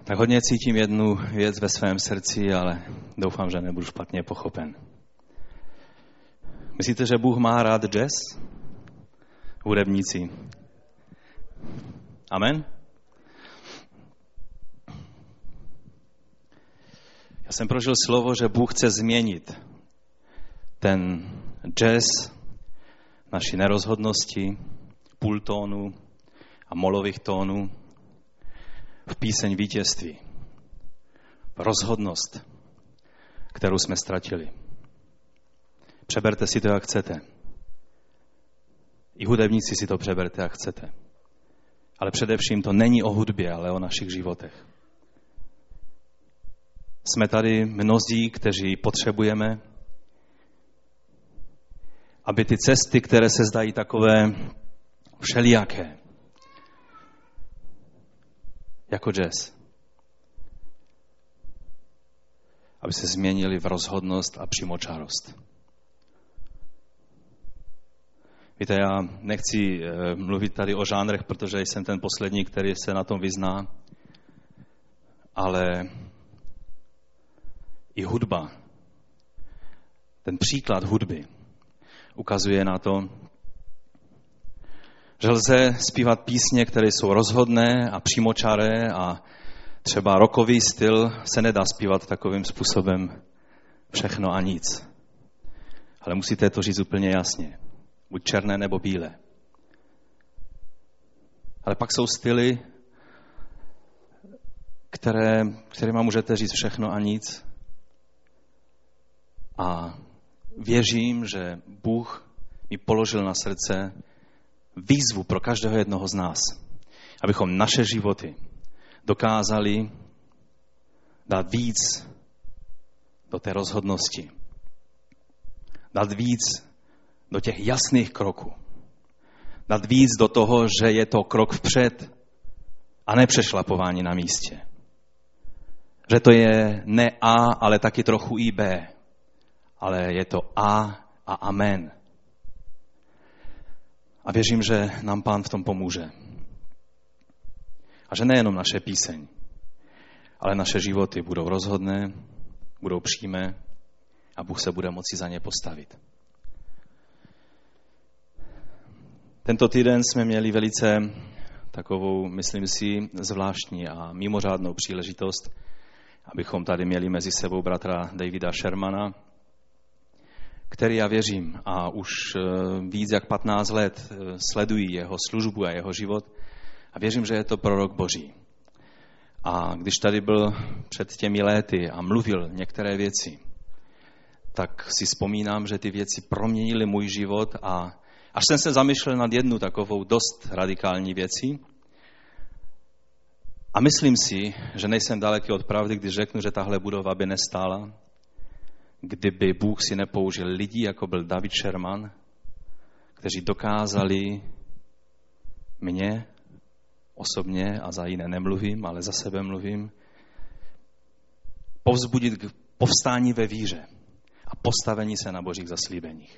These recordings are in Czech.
Tak hodně cítím jednu věc ve svém srdci, ale doufám, že nebudu špatně pochopen. Myslíte, že Bůh má rád jazz? Hudebníci. Amen? Já jsem prožil slovo, že Bůh chce změnit ten jazz, naší nerozhodnosti, půltónu a molových tónů v píseň vítězství. Rozhodnost, kterou jsme ztratili. Přeberte si to, jak chcete. I hudebníci si to přeberte, jak chcete. Ale především to není o hudbě, ale o našich životech. Jsme tady mnozí, kteří potřebujeme, aby ty cesty, které se zdají takové všelijaké, jako jazz, aby se změnili v rozhodnost a přímočarost. Víte, já nechci mluvit tady o žánrech, protože jsem ten poslední, který se na tom vyzná, ale i hudba, ten příklad hudby ukazuje na to, že lze zpívat písně, které jsou rozhodné a přímočaré a třeba rockový styl se nedá zpívat takovým způsobem všechno a nic. Ale musíte to říct úplně jasně. Buď černé nebo bílé. Ale pak jsou styly, kterýma můžete říct všechno a nic. A věřím, že Bůh mi položil na srdce výzvu pro každého jednoho z nás, abychom naše životy dokázali dát víc do té rozhodnosti. Dát víc do těch jasných kroků. Dát víc do toho, že je to krok vpřed a ne přešlapování na místě. Že to je ne A, ale taky trochu i B. Ale je to A a amen. A věřím, že nám Pán v tom pomůže. A že nejenom naše píseň, ale naše životy budou rozhodné, budou přímé a Bůh se bude moci za ně postavit. Tento týden jsme měli velice takovou, myslím si, zvláštní a mimořádnou příležitost, abychom tady měli mezi sebou bratra Davida Shermana, který já věřím a už víc jak 15 let sledují jeho službu a jeho život a věřím, že je to prorok Boží. A když tady byl před těmi léty a mluvil některé věci, tak si vzpomínám, že ty věci proměnily můj život a až jsem se zamýšlel nad jednu takovou dost radikální věcí a myslím si, že nejsem daleký od pravdy, když řeknu, že tahle budova by nestála, kdyby Bůh si nepoužil lidí, jako byl David Sherman, kteří dokázali mě osobně, a za jiné nemluvím, ale za sebe mluvím, povzbudit k povstání ve víře a postavení se na Božích zaslíbeních.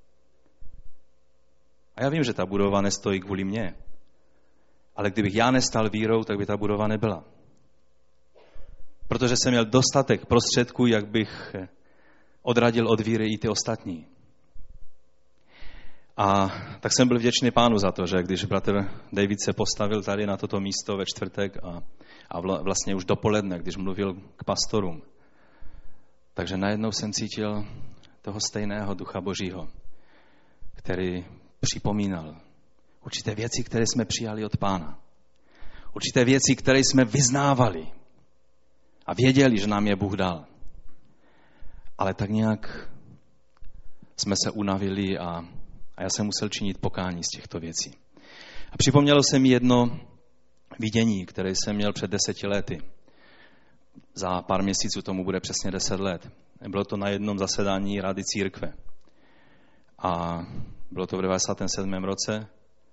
A já vím, že ta budova nestojí kvůli mně, ale kdybych já nestal vírou, tak by ta budova nebyla. Protože jsem měl dostatek prostředků, jak bych odradil od víry i ty ostatní. A tak jsem byl vděčný Pánu za to, že když bratr David se postavil tady na toto místo ve čtvrtek a vlastně už dopoledne, když mluvil k pastorům, takže najednou jsem cítil toho stejného Ducha Božího, který připomínal určité věci, které jsme přijali od Pána. Určité věci, které jsme vyznávali a věděli, že nám je Bůh dal. Ale tak nějak jsme se unavili a já jsem musel činit pokání z těchto věcí. A připomnělo se mi jedno vidění, které jsem měl před 10 lety. Za pár měsíců tomu bude přesně 10 let. Bylo to na jednom zasedání Rady církve. A bylo to v 97. roce.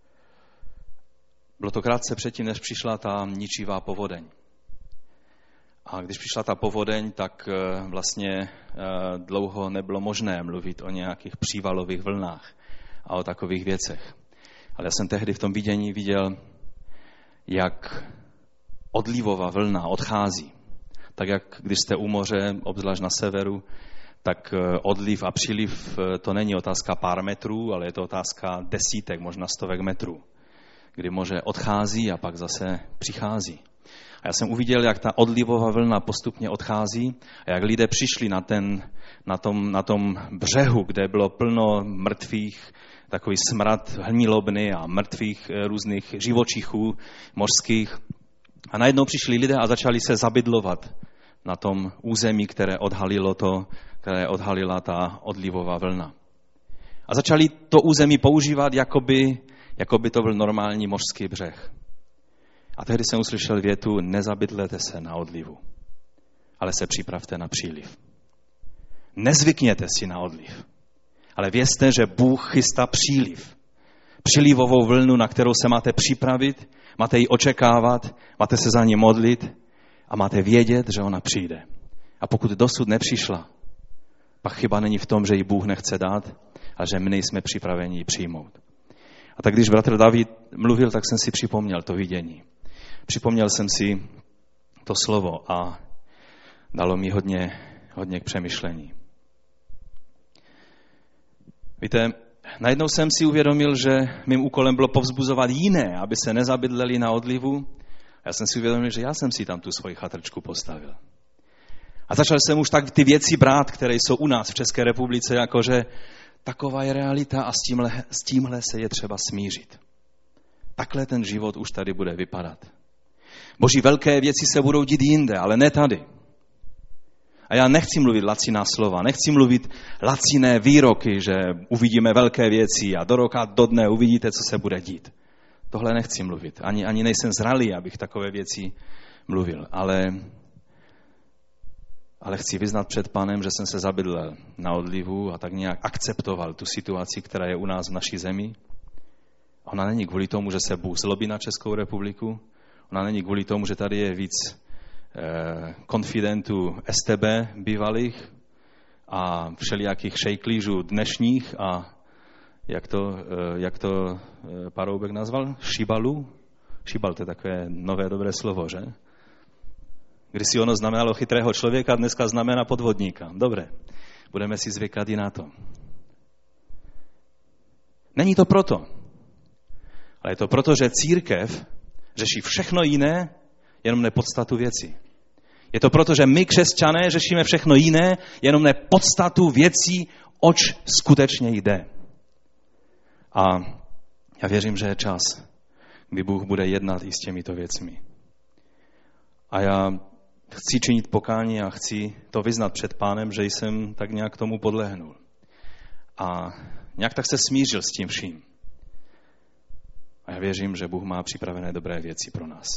Bylo to krátce předtím, než přišla ta ničivá povodeň. A když přišla ta povodeň, tak vlastně dlouho nebylo možné mluvit o nějakých přívalových vlnách a o takových věcech. Ale já jsem tehdy v tom vidění viděl, jak odlivová vlna odchází. Tak jak když jste u moře, obzvlášť na severu, tak odliv a příliv to není otázka pár metrů, ale je to otázka desítek, možná stovek metrů, kdy moře odchází a pak zase přichází. A já jsem uviděl, jak ta odlivová vlna postupně odchází a jak lidé přišli na tom břehu, kde bylo plno mrtvých, takový smrad hmilobny a mrtvých různých živočichů mořských. A najednou přišli lidé a začali se zabydlovat na tom území, které odhalila ta odlivová vlna. A začali to území používat, jako by to byl normální mořský břeh. A tehdy jsem uslyšel větu, nezabydlete se na odlivu, ale se připravte na příliv. Nezvykněte si na odliv, ale vězte, že Bůh chystá příliv. Přílivovou vlnu, na kterou se máte připravit, máte ji očekávat, máte se za ní modlit a máte vědět, že ona přijde. A pokud dosud nepřišla, pak chyba není v tom, že ji Bůh nechce dát, ale že my nejsme připraveni ji přijmout. A tak když bratr David mluvil, tak jsem si připomněl to vidění. Připomněl jsem si to slovo a dalo mi hodně k přemýšlení. Víte, najednou jsem si uvědomil, že mým úkolem bylo povzbuzovat jiné, aby se nezabydleli na odlivu. Já jsem si uvědomil, že já jsem si tam tu svoji chatrčku postavil. A začal jsem už tak ty věci brát, které jsou u nás v České republice, jakože taková je realita a s tímhle se je třeba smířit. Takhle ten život už tady bude vypadat. Boží velké věci se budou dít jinde, ale ne tady. A já nechci mluvit laciná slova, nechci mluvit laciné výroky, že uvidíme velké věci a do roka, do dne uvidíte, co se bude dít. Tohle nechci mluvit. Ani nejsem zralý, abych takové věci mluvil. Ale chci vyznat před Pánem, že jsem se zabydlel na odlivu a tak nějak akceptoval tu situaci, která je u nás v naší zemi. Ona není kvůli tomu, že se Bůh zlobí na Českou republiku. Ona není kvůli tomu, že tady je víc konfidentů STB bývalých a všelijakých šejklížů dnešních a jak to Paroubek nazval? Šibalů? Šibal, to je takové nové dobré slovo, že? Kdysi ono znamenalo chytrého člověka, dneska znamená podvodníka. Dobré, budeme si zvykat i na to. Není to proto, ale je to proto, že církev řeší všechno jiné, jenom ne podstatu věcí. Je to proto, že my, křesťané, řešíme všechno jiné, jenom ne podstatu věcí, oč skutečně jde. A já věřím, že je čas, kdy Bůh bude jednat i s těmito věcmi. A já chci činit pokání a chci to vyznat před Pánem, že jsem tak nějak tomu podlehnul. A nějak tak se smířil s tím vším. A já věřím, že Bůh má připravené dobré věci pro nás.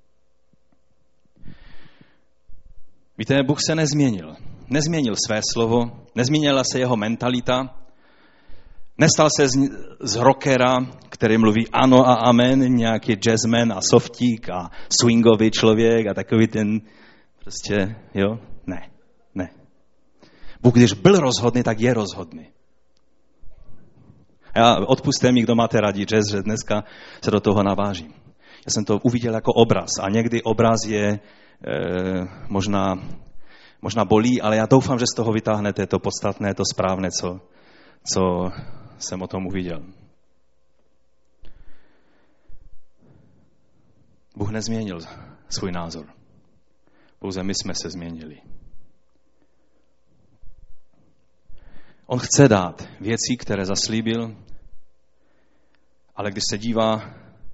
Víte, Bůh se nezměnil. Nezměnil své slovo, nezměnila se jeho mentalita, nestal se z rockera, který mluví ano a amen, nějaký jazzman a softík a swingový člověk a takový ten prostě, jo? Ne. Bůh, když byl rozhodný, tak je rozhodný. Já odpusťte mi, kdo máte rádi jazz, že dneska se do toho navážím. Já jsem to uviděl jako obraz a někdy obraz je možná bolí, ale já doufám, že z toho vytáhnete to podstatné, to správné, co jsem o tom uviděl. Bůh nezměnil svůj názor. Pouze my jsme se změnili. On chce dát věci, které zaslíbil, ale když se dívá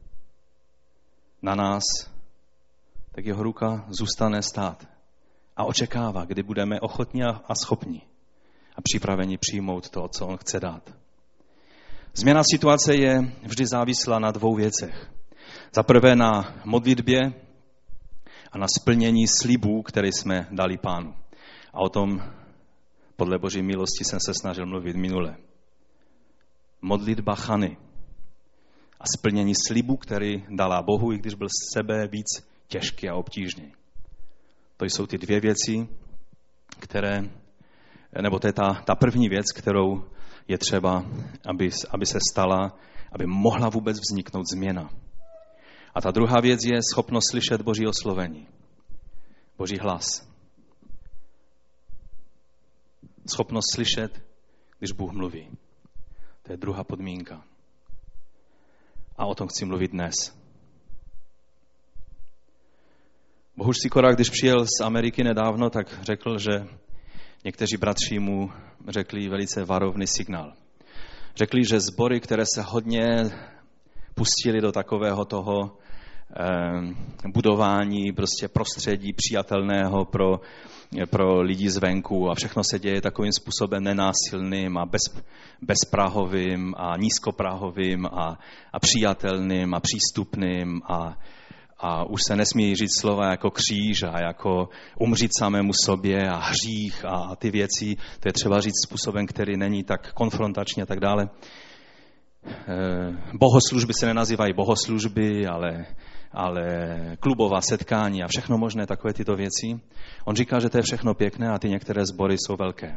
na nás, tak jeho ruka zůstane stát a očekává, kdy budeme ochotní a schopni a připraveni přijmout to, co on chce dát. Změna situace je vždy závislá na dvou věcech. Za prvé na modlitbě a na splnění slibů, které jsme dali Pánu. A o tom podle Boží milosti jsem se snažil mluvit minule. Modlitba Chany a splnění slibu, který dala Bohu, i když byl z sebe víc těžký a obtížný. To jsou ty dvě věci, nebo to je ta první věc, kterou je třeba, aby se stala, aby mohla vůbec vzniknout změna. A ta druhá věc je schopnost slyšet Boží oslovení. Boží hlas. Schopnost slyšet, když Bůh mluví. To je druhá podmínka. A o tom chci mluvit dnes. Bohuž Sikora, když přijel z Ameriky nedávno, tak řekl, že někteří bratři mu řekli velice varovný signál. Řekli, že sbory, které se hodně pustili do takového toho budování prostě prostředí přijatelného pro lidi zvenku a všechno se děje takovým způsobem nenásilným a bezprahovým a nízkoprahovým a přijatelným a přístupným a už se nesmí říct slova jako kříž a jako umřít samému sobě a hřích a ty věci. To je třeba říct způsobem, který není tak konfrontační a tak dále. Bohoslužby se nenazývají bohoslužby, ale klubová setkání a všechno možné takové tyto věci. On říká, že to je všechno pěkné a ty některé sbory jsou velké.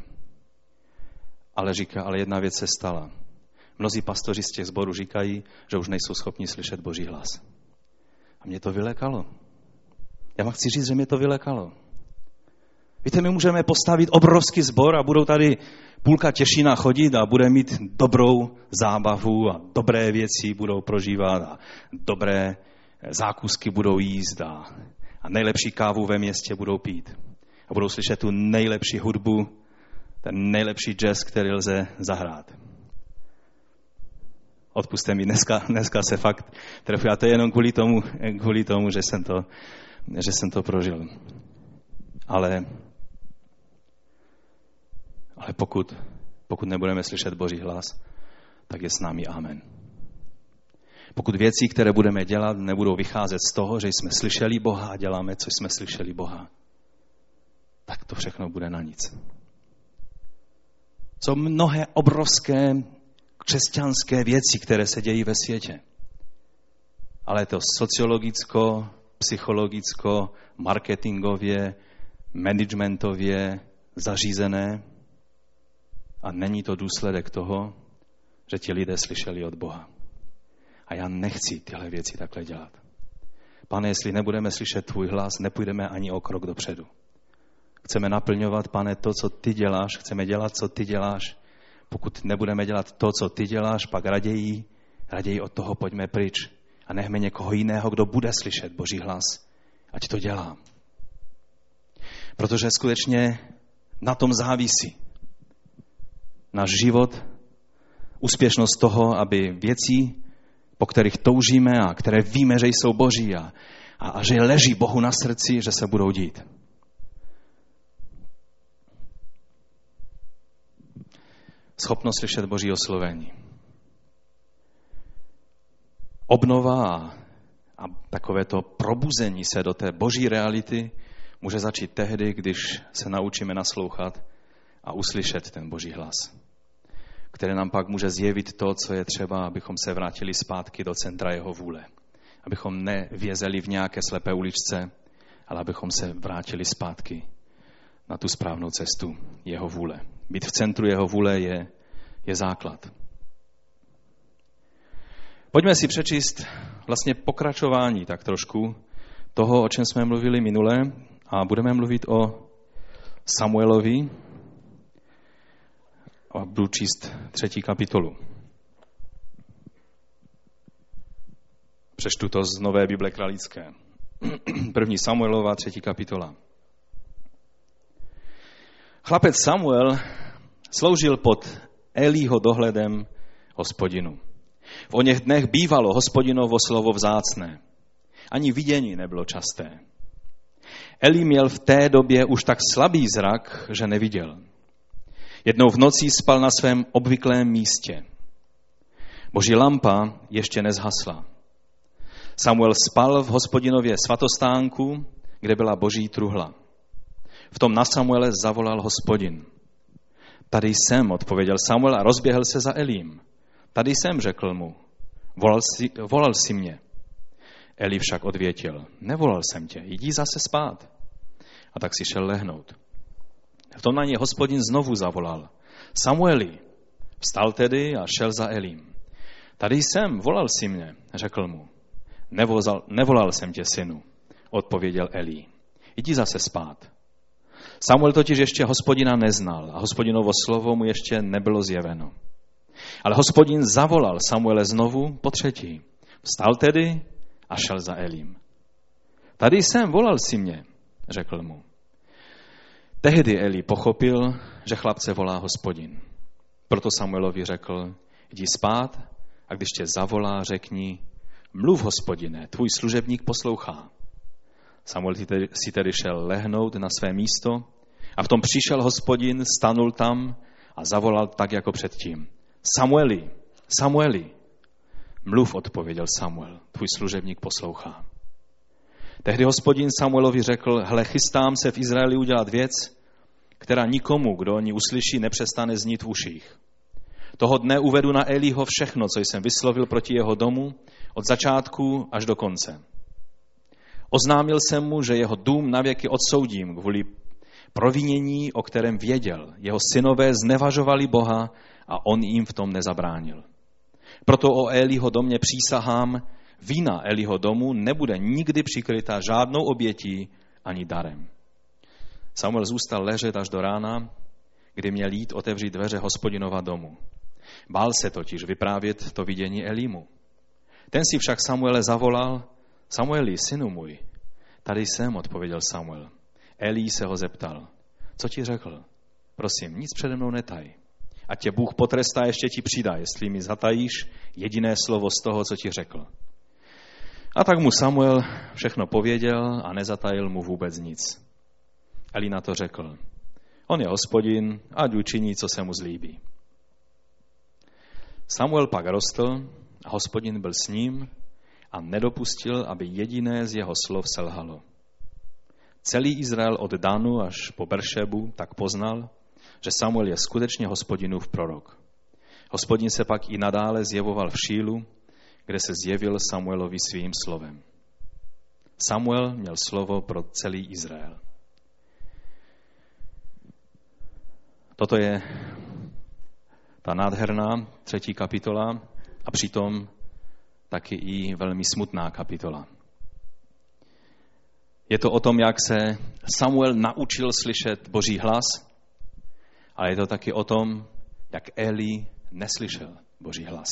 Ale jedna věc se stala. Mnozí pastoři z těch sborů říkají, že už nejsou schopni slyšet Boží hlas. A mě to vylekalo. Já vám chci říct, že mě to vylekalo. Víte, my můžeme postavit obrovský sbor a budou tady půlka Těšína chodit a bude mít dobrou zábavu a dobré věci budou prožívat a dobré zákusky budou jíst a nejlepší kávu ve městě budou pít. A budou slyšet tu nejlepší hudbu, ten nejlepší jazz, který lze zahrát. Odpusťte mi, dneska se fakt trefuji. A to je jenom kvůli tomu, že jsem to prožil. Ale pokud nebudeme slyšet Boží hlas, tak je s námi amen. Pokud věci, které budeme dělat, nebudou vycházet z toho, že jsme slyšeli Boha a děláme, co jsme slyšeli Boha, tak to všechno bude na nic. Jsou mnohé obrovské křesťanské věci, které se dějí ve světě. Ale je to sociologicko, psychologicko, marketingově, managementově zařízené a není to důsledek toho, že ti lidé slyšeli od Boha. A já nechci tyhle věci takhle dělat. Pane, jestli nebudeme slyšet tvůj hlas, nepůjdeme ani o krok dopředu. Chceme naplňovat, Pane, to, co ty děláš, chceme dělat, co ty děláš. Pokud nebudeme dělat to, co ty děláš, pak raději od toho pojďme pryč a nechme někoho jiného, kdo bude slyšet Boží hlas, ať to dělá. Protože skutečně na tom závisí náš život, úspěšnost toho, aby věci, po kterých toužíme a které víme, že jsou Boží a že leží Bohu na srdci, že se budou dít. Schopnost slyšet Boží oslovení. Obnova a takové to probuzení se do té Boží reality může začít tehdy, když se naučíme naslouchat a uslyšet ten Boží hlas, který nám pak může zjevit to, co je třeba, abychom se vrátili zpátky do centra jeho vůle. Abychom nevězeli v nějaké slepé uličce, ale abychom se vrátili zpátky na tu správnou cestu jeho vůle. Být v centru jeho vůle je základ. Pojďme si přečíst vlastně pokračování tak trošku toho, o čem jsme mluvili minule a budeme mluvit o Samuelovi a budu číst 3. kapitolu. Přečtu to z Nové Bible kralické. 1. Samuelova, 3. kapitola. Chlapec Samuel sloužil pod Elího dohledem Hospodinu. V oněch dnech bývalo Hospodinovo slovo vzácné. Ani vidění nebylo časté. Eli měl v té době už tak slabý zrak, že neviděl. Jednou v noci spal na svém obvyklém místě. Boží lampa ještě nezhasla. Samuel spal v Hospodinově svatostánku, kde byla Boží truhla. V tom na Samuele zavolal Hospodin. Tady jsem, odpověděl Samuel a rozběhl se za Elím. Tady jsem, řekl mu. Volal jsi mě. Eli však odvětil. Nevolal jsem tě, jdi zase spát. A tak si šel lehnout. V tom na ně Hospodin znovu zavolal. Samueli. Vstal tedy a šel za Elím. Tady jsem, volal jsi mě, řekl mu. Nevolal jsem tě, synu, odpověděl Elí. Jdi zase spát. Samuel totiž ještě Hospodina neznal a Hospodinovo slovo mu ještě nebylo zjeveno. Ale Hospodin zavolal Samuele znovu potřetí. Vstal tedy a šel za Elím. Tady jsem, volal si mě, řekl mu. Tehdy Elí pochopil, že chlapce volá Hospodin. Proto Samuelovi řekl, jdi spát a když tě zavolá, řekni, mluv, Hospodine, tvůj služebník poslouchá. Samuel si tedy šel lehnout na své místo a v tom přišel Hospodin, stanul tam a zavolal tak jako předtím. Samueli, Samueli. Mluv, odpověděl Samuel, tvůj služebník poslouchá. Tehdy Hospodin Samuelovi řekl, hle, chystám se v Izraeli udělat věc, která nikomu, kdo o ní uslyší, nepřestane znít v uších. Toho dne uvedu na Elího všechno, co jsem vyslovil proti jeho domu, od začátku až do konce. Oznámil jsem mu, že jeho dům navěky odsoudím kvůli provinění, o kterém věděl. Jeho synové znevažovali Boha a on jim v tom nezabránil. Proto o Elího domě přísahám, vína Elího domu nebude nikdy přikryta žádnou obětí ani darem. Samuel zůstal ležet až do rána, kdy měl jít otevřít dveře Hospodinova domu. Bál se totiž vyprávět to vidění Elímu. Ten si však Samuele zavolal, Samueli, synu můj. Tady jsem, odpověděl Samuel. Elí se ho zeptal, co ti řekl? Prosím, nic přede mnou netaj. A tě Bůh potrestá, ještě ti přidá, jestli mi zatajíš jediné slovo z toho, co ti řekl. A tak mu Samuel všechno pověděl a nezatajil mu vůbec nic. Elí na to řekl, on je Hospodin, ať učiní, co se mu zlíbí. Samuel pak rostl a Hospodin byl s ním a nedopustil, aby jediné z jeho slov selhalo. Celý Izrael od Danu až po Beršebu tak poznal, že Samuel je skutečně Hospodinův prorok. Hospodin se pak i nadále zjevoval v Šílu, kde se zjevil Samuelovi svým slovem. Samuel měl slovo pro celý Izrael. Toto je ta nádherná 3. kapitola a přitom taky i velmi smutná kapitola. Je to o tom, jak se Samuel naučil slyšet Boží hlas, ale je to taky o tom, jak Eli neslyšel Boží hlas.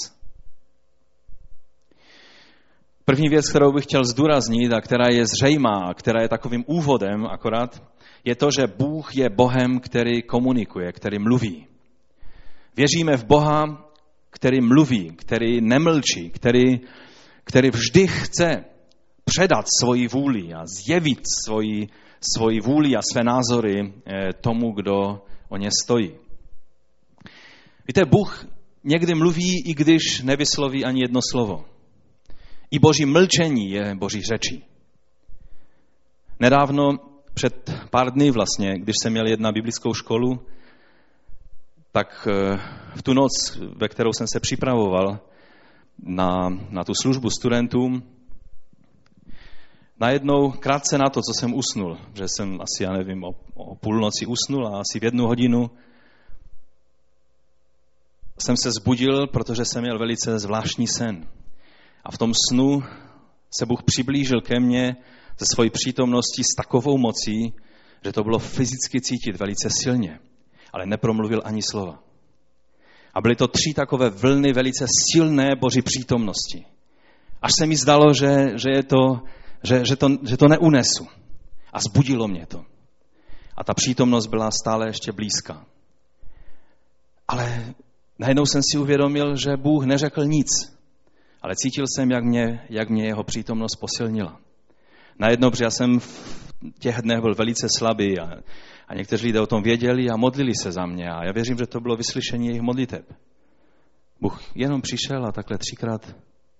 První věc, kterou bych chtěl zdůraznit a která je zřejmá, která je takovým úvodem akorát, je to, že Bůh je Bohem, který komunikuje, který mluví. Věříme v Boha, který mluví, který nemlčí, který vždy chce předat svoji vůli a zjevit svoji vůli a své názory tomu, kdo o ně stojí. Víte, Bůh někdy mluví, i když nevysloví ani jedno slovo. I Boží mlčení je Boží řečí. Nedávno, před pár dny vlastně, když jsem měl na biblickou školu, tak v tu noc, ve kterou jsem se připravoval na tu službu studentům, najednou krátce na to, co jsem usnul, že jsem asi, o půlnoci usnul a asi v 1 hodinu jsem se zbudil, protože jsem měl velice zvláštní sen. A v tom snu se Bůh přiblížil ke mně ze svojí přítomností s takovou mocí, že to bylo fyzicky cítit velice silně, ale nepromluvil ani slova. A byly to 3 takové vlny velice silné Boží přítomnosti. Až se mi zdalo, že to neunesu. A zbudilo mě to. A ta přítomnost byla stále ještě blízká. Ale najednou jsem si uvědomil, že Bůh neřekl nic. Ale cítil jsem, jak mě jeho přítomnost posilnila. Najednou, protože já jsem v těch dnech byl velice slabý a někteří lidé o tom věděli a modlili se za mě. A já věřím, že to bylo vyslyšení jejich modliteb. Bůh jenom přišel a takhle 3krát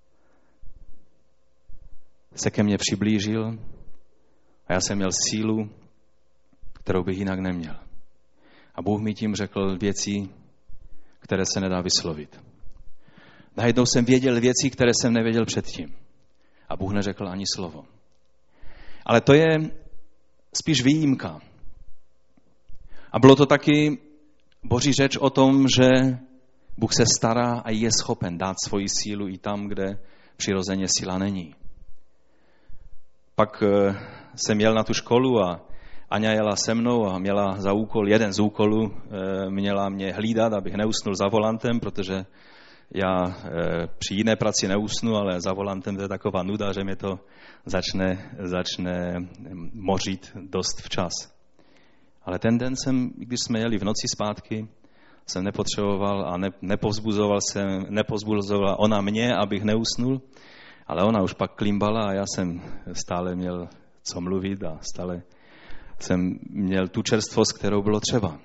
se ke mně přiblížil a já jsem měl sílu, kterou bych jinak neměl. A Bůh mi tím řekl věci, které se nedá vyslovit. Najednou jsem věděl věci, které jsem nevěděl předtím. A Bůh neřekl ani slovo. Ale to je spíš výjimka. A bylo to taky Boží řeč o tom, že Bůh se stará a je schopen dát svoji sílu i tam, kde přirozeně síla není. pak jsem jel na tu školu a Aňa jela se mnou a měla za úkol, jeden z úkolů, měla mě hlídat, abych neusnul za volantem, protože já při jiné práci neusnu, ale za volantem to je taková nuda, že mě to začne mořit dost včas. Ale ten den když jsme jeli v noci zpátky, jsem nepotřeboval a nepovzbuzovala ona mě, abych neusnul, ale ona už pak klimbala a já jsem stále měl co mluvit a stále jsem měl tu čerstvost, kterou bylo třeba.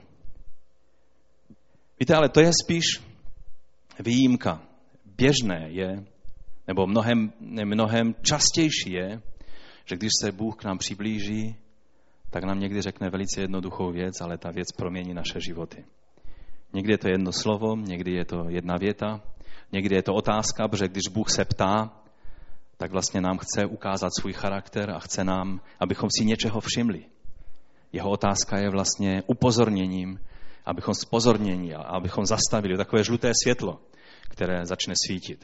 Víte, ale to je spíš výjimka. Běžné je, nebo mnohem častější je, že když se Bůh k nám přiblíží, tak nám někdy řekne velice jednoduchou věc, ale ta věc promění naše životy. Někdy je to jedno slovo, někdy je to jedna věta, někdy je to otázka, protože když Bůh se ptá, tak vlastně nám chce ukázat svůj charakter a chce nám, abychom si něčeho všimli. Jeho otázka je vlastně upozorněním, abychom zpozorněni a abychom zastavili takové žluté světlo, které začne svítit.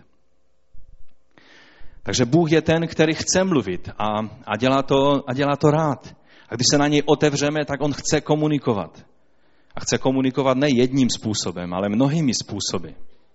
Takže Bůh je ten, který chce mluvit a dělá to rád. A když se na něj otevřeme, tak on chce komunikovat. A chce komunikovat ne jedním způsobem, ale mnohými způsoby.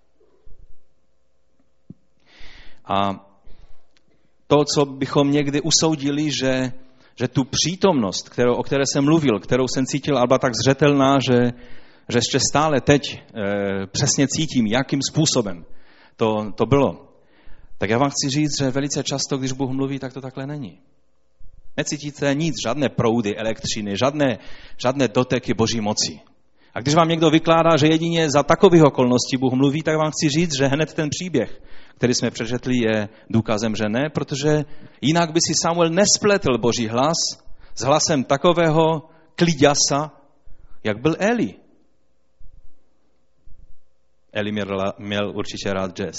A to, co bychom někdy usoudili, že tu přítomnost, o které jsem mluvil, kterou jsem cítil, ale byla tak zřetelná, že ještě stále teď přesně cítím, jakým způsobem to bylo. Tak já vám chci říct, že velice často, když Bůh mluví, tak to takhle není. Necítíte nic, žádné proudy elektřiny, žádné doteky Boží moci. A když vám někdo vykládá, že jedině za takových okolností Bůh mluví, tak vám chci říct, že hned ten příběh, který jsme přečetli, je důkazem, že ne, protože jinak by si Samuel nespletl Boží hlas s hlasem takového kliďasa, jak byl Eli. Eli měl určitě rád jazz.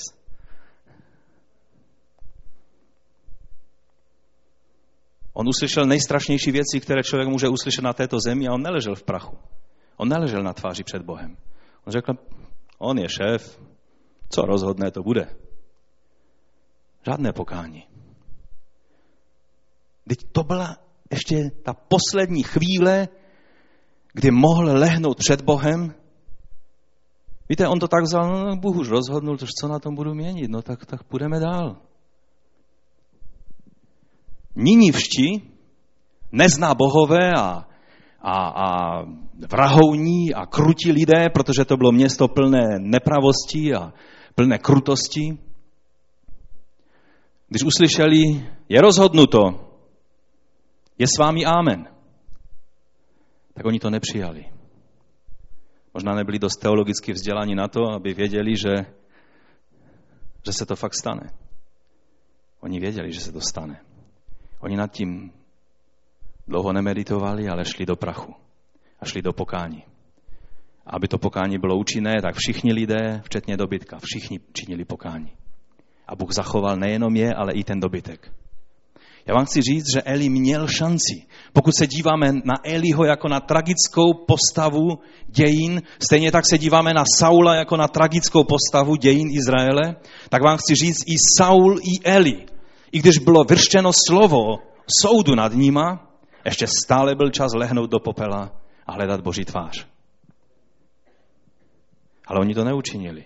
On uslyšel nejstrašnější věci, které člověk může uslyšet na této zemi a on neležel v prachu. On neležel na tváři před Bohem. On řekl, on je šéf, co rozhodne, to bude. Žádné pokání. Teď to byla ještě ta poslední chvíle, kdy mohl lehnout před Bohem. Víte, on to tak vzal, no Bůh už rozhodnul, co na tom budu měnit, no tak půjdeme dál. Ninivští, nezná bohové a vrahouní a krutí lidé, protože to bylo město plné nepravosti a plné krutosti. Když uslyšeli, je rozhodnuto, je s vámi amen, tak oni to nepřijali. Možná nebyli dost teologicky vzdělaní na to, aby věděli, že se to fakt stane. Oni věděli, že se to stane. Oni nad tím dlouho nemeditovali, ale šli do prachu a šli do pokání. A aby to pokání bylo účinné, tak všichni lidé, včetně dobytka, všichni činili pokání. A Bůh zachoval nejenom je, ale i ten dobytek. Já vám chci říct, že Eli měl šanci. Pokud se díváme na Eliho jako na tragickou postavu dějin, stejně tak se díváme na Saula jako na tragickou postavu dějin Izraele, tak vám chci říct, i Saul, i Eli, i když bylo vyřčeno slovo soudu nad nima, ještě stále byl čas lehnout do popela a hledat Boží tvář. Ale oni to neučinili.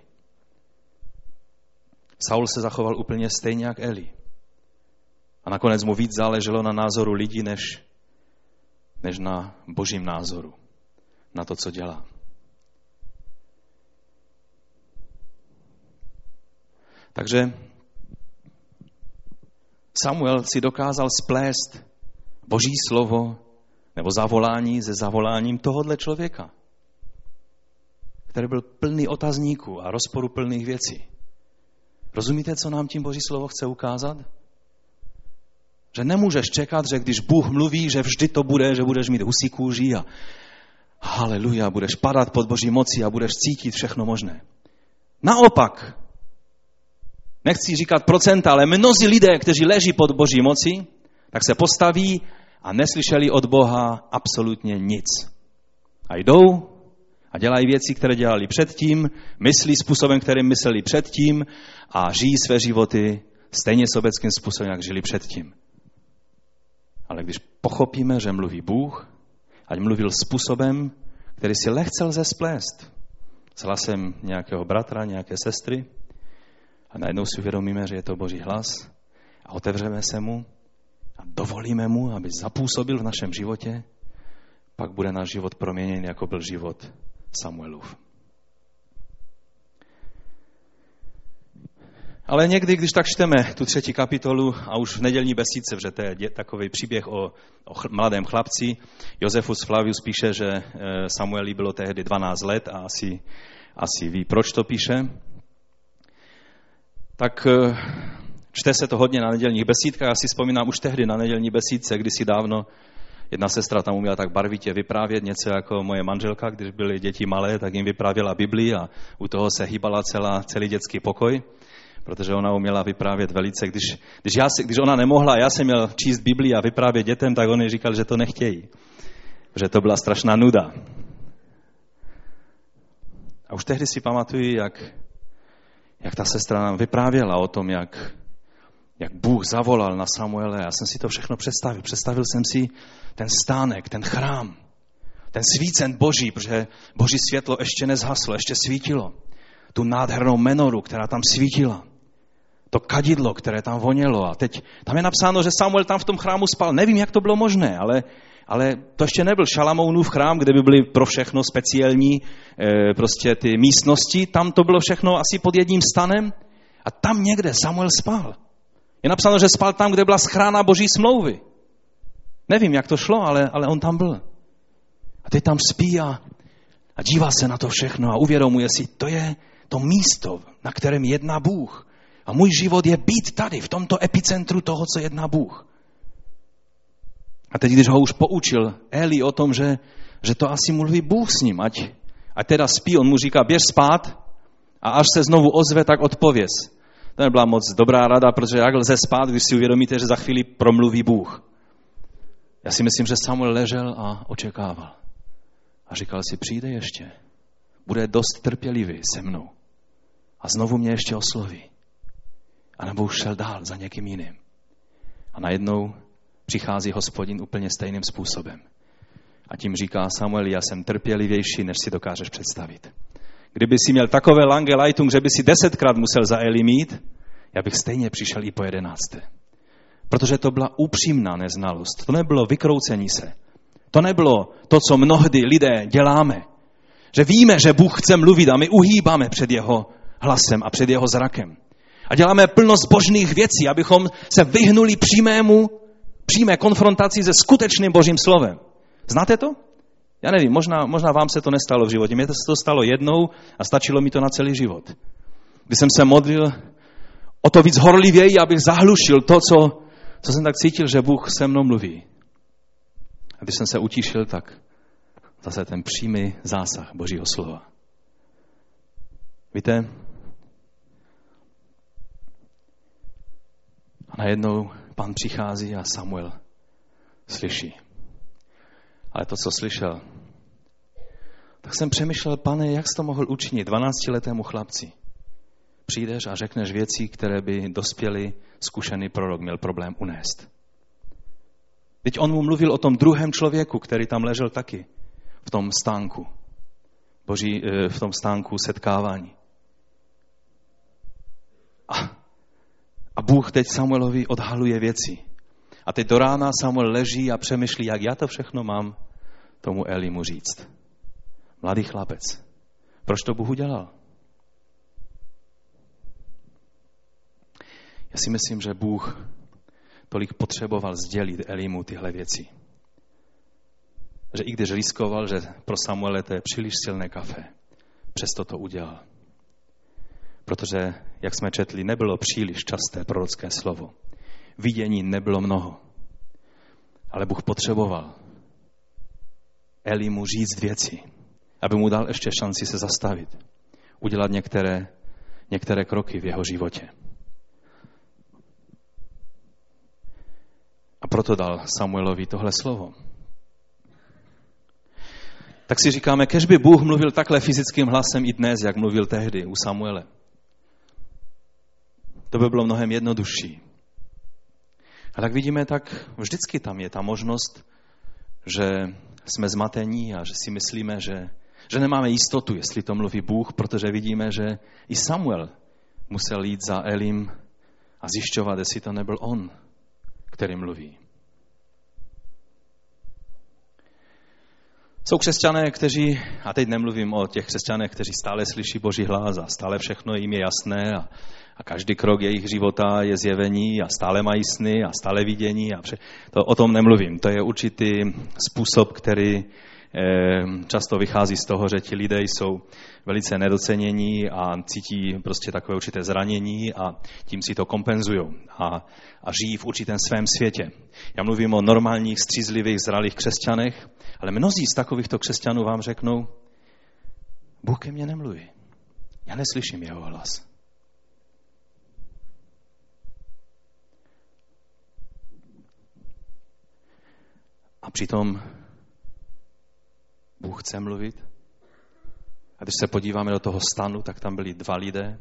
Saul se zachoval úplně stejně jak Eli. A nakonec mu víc záleželo na názoru lidí, než na Božím názoru. Na to, co dělá. Takže Samuel si dokázal splést Boží slovo nebo zavolání se zavoláním tohohle člověka, který byl plný otazníků a rozporuplných věcí. Rozumíte, co nám tím Boží slovo chce ukázat? Že nemůžeš čekat, že když Bůh mluví, že vždy to bude, že budeš mít husí kůži a haleluja, budeš padat pod Boží mocí a budeš cítit všechno možné. Naopak, nechci říkat procenta, ale mnozí lidé, kteří leží pod Boží mocí, tak se postaví a neslyšeli od Boha absolutně nic. A jdou a dělají věci, které dělali předtím, myslí způsobem, kterým mysleli předtím a žijí své životy stejně sobeckým způsobem, jak žili předtím. Ale když pochopíme, že mluví Bůh, ať mluvil způsobem, který si lehce lze splést s hlasem nějakého bratra, nějaké sestry, a najednou si uvědomíme, že je to Boží hlas a otevřeme se mu a dovolíme mu, aby zapůsobil v našem životě, pak bude náš život proměněn, jako byl život Samuelův. Ale někdy, když tak čteme tu 3. kapitolu a už v nedělní besídce, že to je takový příběh o mladém chlapci, Josefus Flavius píše, že Samueli bylo tehdy 12 let a asi ví, proč to píše. Tak čte se to hodně na nedělních besídkách. Já si vzpomínám už tehdy na nedělní besídce, kdysi dávno jedna sestra tam uměla tak barvitě vyprávět, něco jako moje manželka, když byly děti malé, tak jim vyprávěla Biblii a u toho se hýbala celý dětský pokoj, protože ona uměla vyprávět velice. Když ona nemohla a já jsem měl číst Biblii a vyprávět dětem, tak oni říkali, že to nechtějí. Že to byla strašná nuda. A už tehdy si pamatuju, jak ta sestra nám vyprávěla o tom, jak Bůh zavolal na Samuele. Já jsem si to všechno představil. Představil jsem si ten stánek, ten chrám, ten svícen Boží, protože Boží světlo ještě nezhaslo, ještě svítilo. Tu nádhernou menoru, která tam svítila. To kadidlo, které tam vonělo. A teď tam je napsáno, že Samuel tam v tom chrámu spal. Nevím, jak to bylo možné, ale to ještě nebyl Šalamounův chrám, kde by byly pro všechno speciální prostě ty místnosti. Tam to bylo všechno asi pod jedním stanem. A tam někde Samuel spal. Je napsáno, že spal tam, kde byla schrána Boží smlouvy. Nevím, jak to šlo, ale on tam byl. A teď tam spí a dívá se na to všechno a uvědomuje si, to je to místo, na kterém jedná Bůh. A můj život je být tady, v tomto epicentru toho, co jedná Bůh. A teď, když ho už poučil Eli o tom, že to asi mluví Bůh s ním, ať teda spí, on mu říká, běž spát a až se znovu ozve, tak odpověz. To nebyla moc dobrá rada, protože jak lze spát, když si uvědomíte, že za chvíli promluví Bůh. Já si myslím, že Samuel ležel a očekával. A říkal si, přijde ještě. Bude dost trpělivý se mnou. A znovu mě ještě osloví. A nebo už šel dál za někým jiným. A najednou přichází Hospodin úplně stejným způsobem. A tím říká Samuel, já jsem trpělivější, než si dokážeš představit. Kdyby si měl takové lange Leitung, že by si 10krát musel za Eli mít, já bych stejně přišel i po 11. Protože to byla upřímná neznalost. To nebylo vykroucení se. To nebylo to, co mnohdy lidé děláme. Že víme, že Bůh chce mluvit a my uhýbáme před jeho hlasem a před jeho zrakem. A děláme plno zbožných věcí, abychom se vyhnuli přímé konfrontaci se skutečným Božím slovem. Znáte to? Já nevím, možná vám se to nestalo v životě. Mně to stalo jednou a stačilo mi to na celý život. Když jsem se modlil o to víc horlivěji, abych zahlušil to, co jsem tak cítil, že Bůh se mnou mluví. A když jsem se utišil, tak zase ten přímý zásah Božího slova. Víte? A najednou Pán přichází a Samuel slyší. Ale to, co slyšel, tak jsem přemýšlel, Pane, jak jsi to mohl učinit 12letému chlapci? Přijdeš a řekneš věci, které by dospělý, zkušený prorok měl problém unést. Teď on mu mluvil o tom druhém člověku, který tam ležel taky v tom stánku. V tom stánku setkávání. A Bůh teď Samuelovi odhaluje věci. A teď do rána Samuel leží a přemýšlí, jak já to všechno mám tomu Elimu říct. Mladý chlapec. Proč to Bůh udělal? Já si myslím, že Bůh tolik potřeboval sdělit Elimu tyhle věci. Že i když riskoval, že pro Samuele to je příliš silné kafe, přesto to udělal. Protože, jak jsme četli, nebylo příliš časté prorocké slovo. Vidění nebylo mnoho. Ale Bůh potřeboval Elimu říct věci, aby mu dal ještě šanci se zastavit. Udělat některé kroky v jeho životě. A proto dal Samuelovi tohle slovo. Tak si říkáme, kež by Bůh mluvil takhle fyzickým hlasem i dnes, jak mluvil tehdy u Samuele. To by bylo mnohem jednodušší. A tak vidíme, tak vždycky tam je ta možnost, že jsme zmatení a že si myslíme, že nemáme jistotu, jestli to mluví Bůh, protože vidíme, že i Samuel musel jít za Elim a zjišťovat, jestli to nebyl on, který mluví. Jsou křesťané, kteří, a teď nemluvím o těch křesťanech, kteří stále slyší Boží hlas a stále všechno jim je jasné a každý krok jejich života je zjevení a stále mají sny a stále vidění. O tom nemluvím. To je určitý způsob, který často vychází z toho, že ti lidé jsou velice nedocenění a cítí prostě takové určité zranění a tím si to kompenzují a žijí v určitém svém světě. Já mluvím o normálních, střízlivých, zralých křesťanech, ale mnozí z takovýchto křesťanů vám řeknou, Bůh ke mně nemluví. Já neslyším jeho hlas. A přitom Bůh chce mluvit. A když se podíváme do toho stanu, tak tam byli 2 lidé.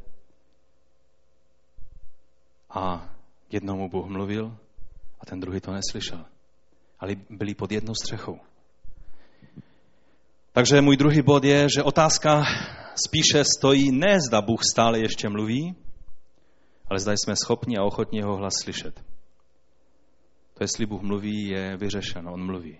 A jednomu Bůh mluvil a ten druhý to neslyšel. Ale byli pod jednou střechou. Takže můj druhý bod je, že otázka spíše stojí ne zda Bůh stále ještě mluví, ale zda jsme schopni a ochotni jeho hlas slyšet. To, jestli Bůh mluví, je vyřešeno, on mluví.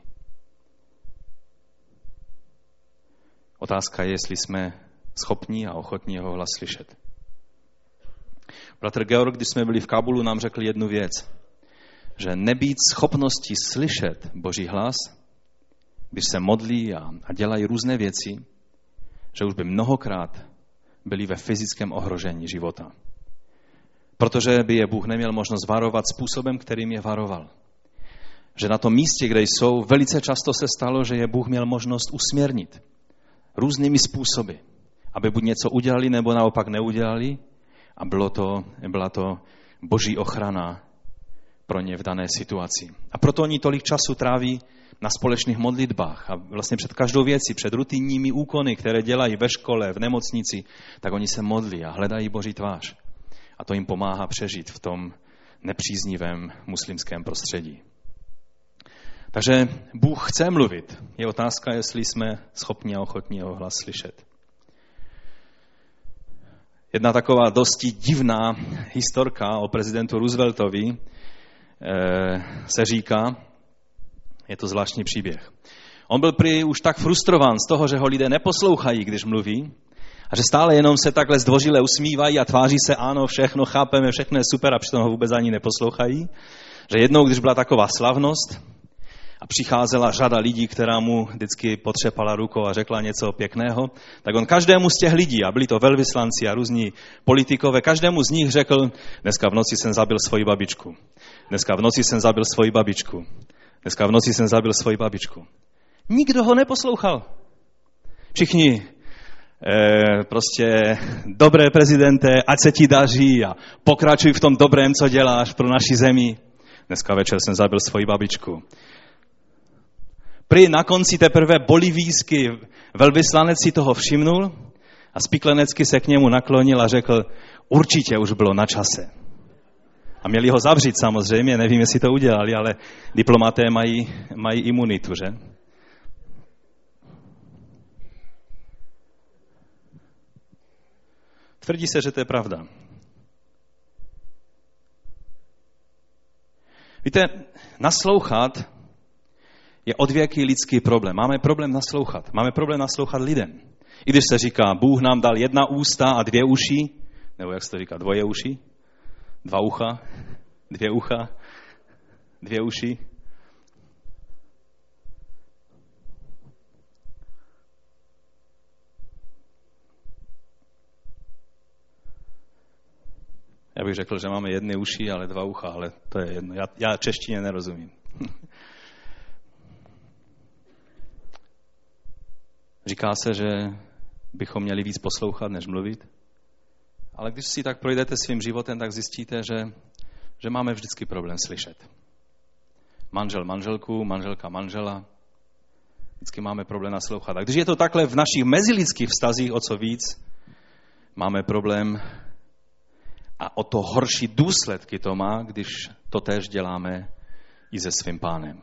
Otázka je, jestli jsme schopni a ochotni jeho hlas slyšet. Bratr Georg, když jsme byli v Kábulu, nám řekl jednu věc, že nebýt schopnosti slyšet Boží hlas, když se modlí a dělají různé věci, že už by mnohokrát byli ve fyzickém ohrožení života. Protože by je Bůh neměl možnost varovat způsobem, kterým je varoval. Že na tom místě, kde jsou, velice často se stalo, že je Bůh měl možnost usměrnit různými způsoby, aby buď něco udělali, nebo naopak neudělali a byla to Boží ochrana pro ně v dané situaci. A proto oni tolik času tráví na společných modlitbách a vlastně před každou věcí, před rutinními úkony, které dělají ve škole, v nemocnici, tak oni se modlí a hledají Boží tvář. A to jim pomáhá přežít v tom nepříznivém muslimském prostředí. Takže Bůh chce mluvit. Je otázka, jestli jsme schopni a ochotni jeho hlas slyšet. Jedna taková dosti divná historka o prezidentu Rooseveltovi se říká, je to zvláštní příběh. On byl prý už tak frustrován z toho, že ho lidé neposlouchají, když mluví, a že stále jenom se takhle zdvořile usmívají a tváří se, ano, všechno chápeme, všechno je super a přitom ho vůbec ani neposlouchají. Že jednou, když byla taková slavnost a přicházela řada lidí, která mu vždycky potřepala rukou a řekla něco pěkného, tak on každému z těch lidí, a byli to velvyslanci a různí politikové, každému z nich řekl, dneska v noci jsem zabil svoji babičku. Dneska v noci jsem zabil svoji babičku. Dneska v noci jsem zabil svoji babičku. Nikdo ho neposlouchal. Všichni prostě dobré prezidente, ať se ti daří a pokračuj v tom dobrém, co děláš pro naši zemi. Dneska večer jsem zabil svoji babičku. Prý na konci teprve bolivijský velvyslanec si toho všimnul a spiklenecky se k němu naklonil a řekl, určitě už bylo na čase. A měli ho zavřít samozřejmě, nevím, jestli to udělali, ale diplomaté mají imunitu, že? Tvrdí se, že to je pravda. Víte, naslouchat je odvěký lidský problém. Máme problém naslouchat. Máme problém naslouchat lidem. I když se říká, Bůh nám dal 1 ústa a 2 uši, nebo jak se to říká, 2 uši, 2 ucha, 2 ucha, 2 uši. Já bych řekl, že máme 1 uši, ale 2 ucha, ale to je jedno. Já češtině nerozumím. Říká se, že bychom měli víc poslouchat, než mluvit. Ale když si tak projdete svým životem, tak zjistíte, že máme vždycky problém slyšet. Manžel manželku, manželka manžela. Vždycky máme problém naslouchat. A když je to takhle v našich mezilidských vztazích, o co víc, máme problém A o to horší důsledky to má, když to též děláme i se svým Pánem.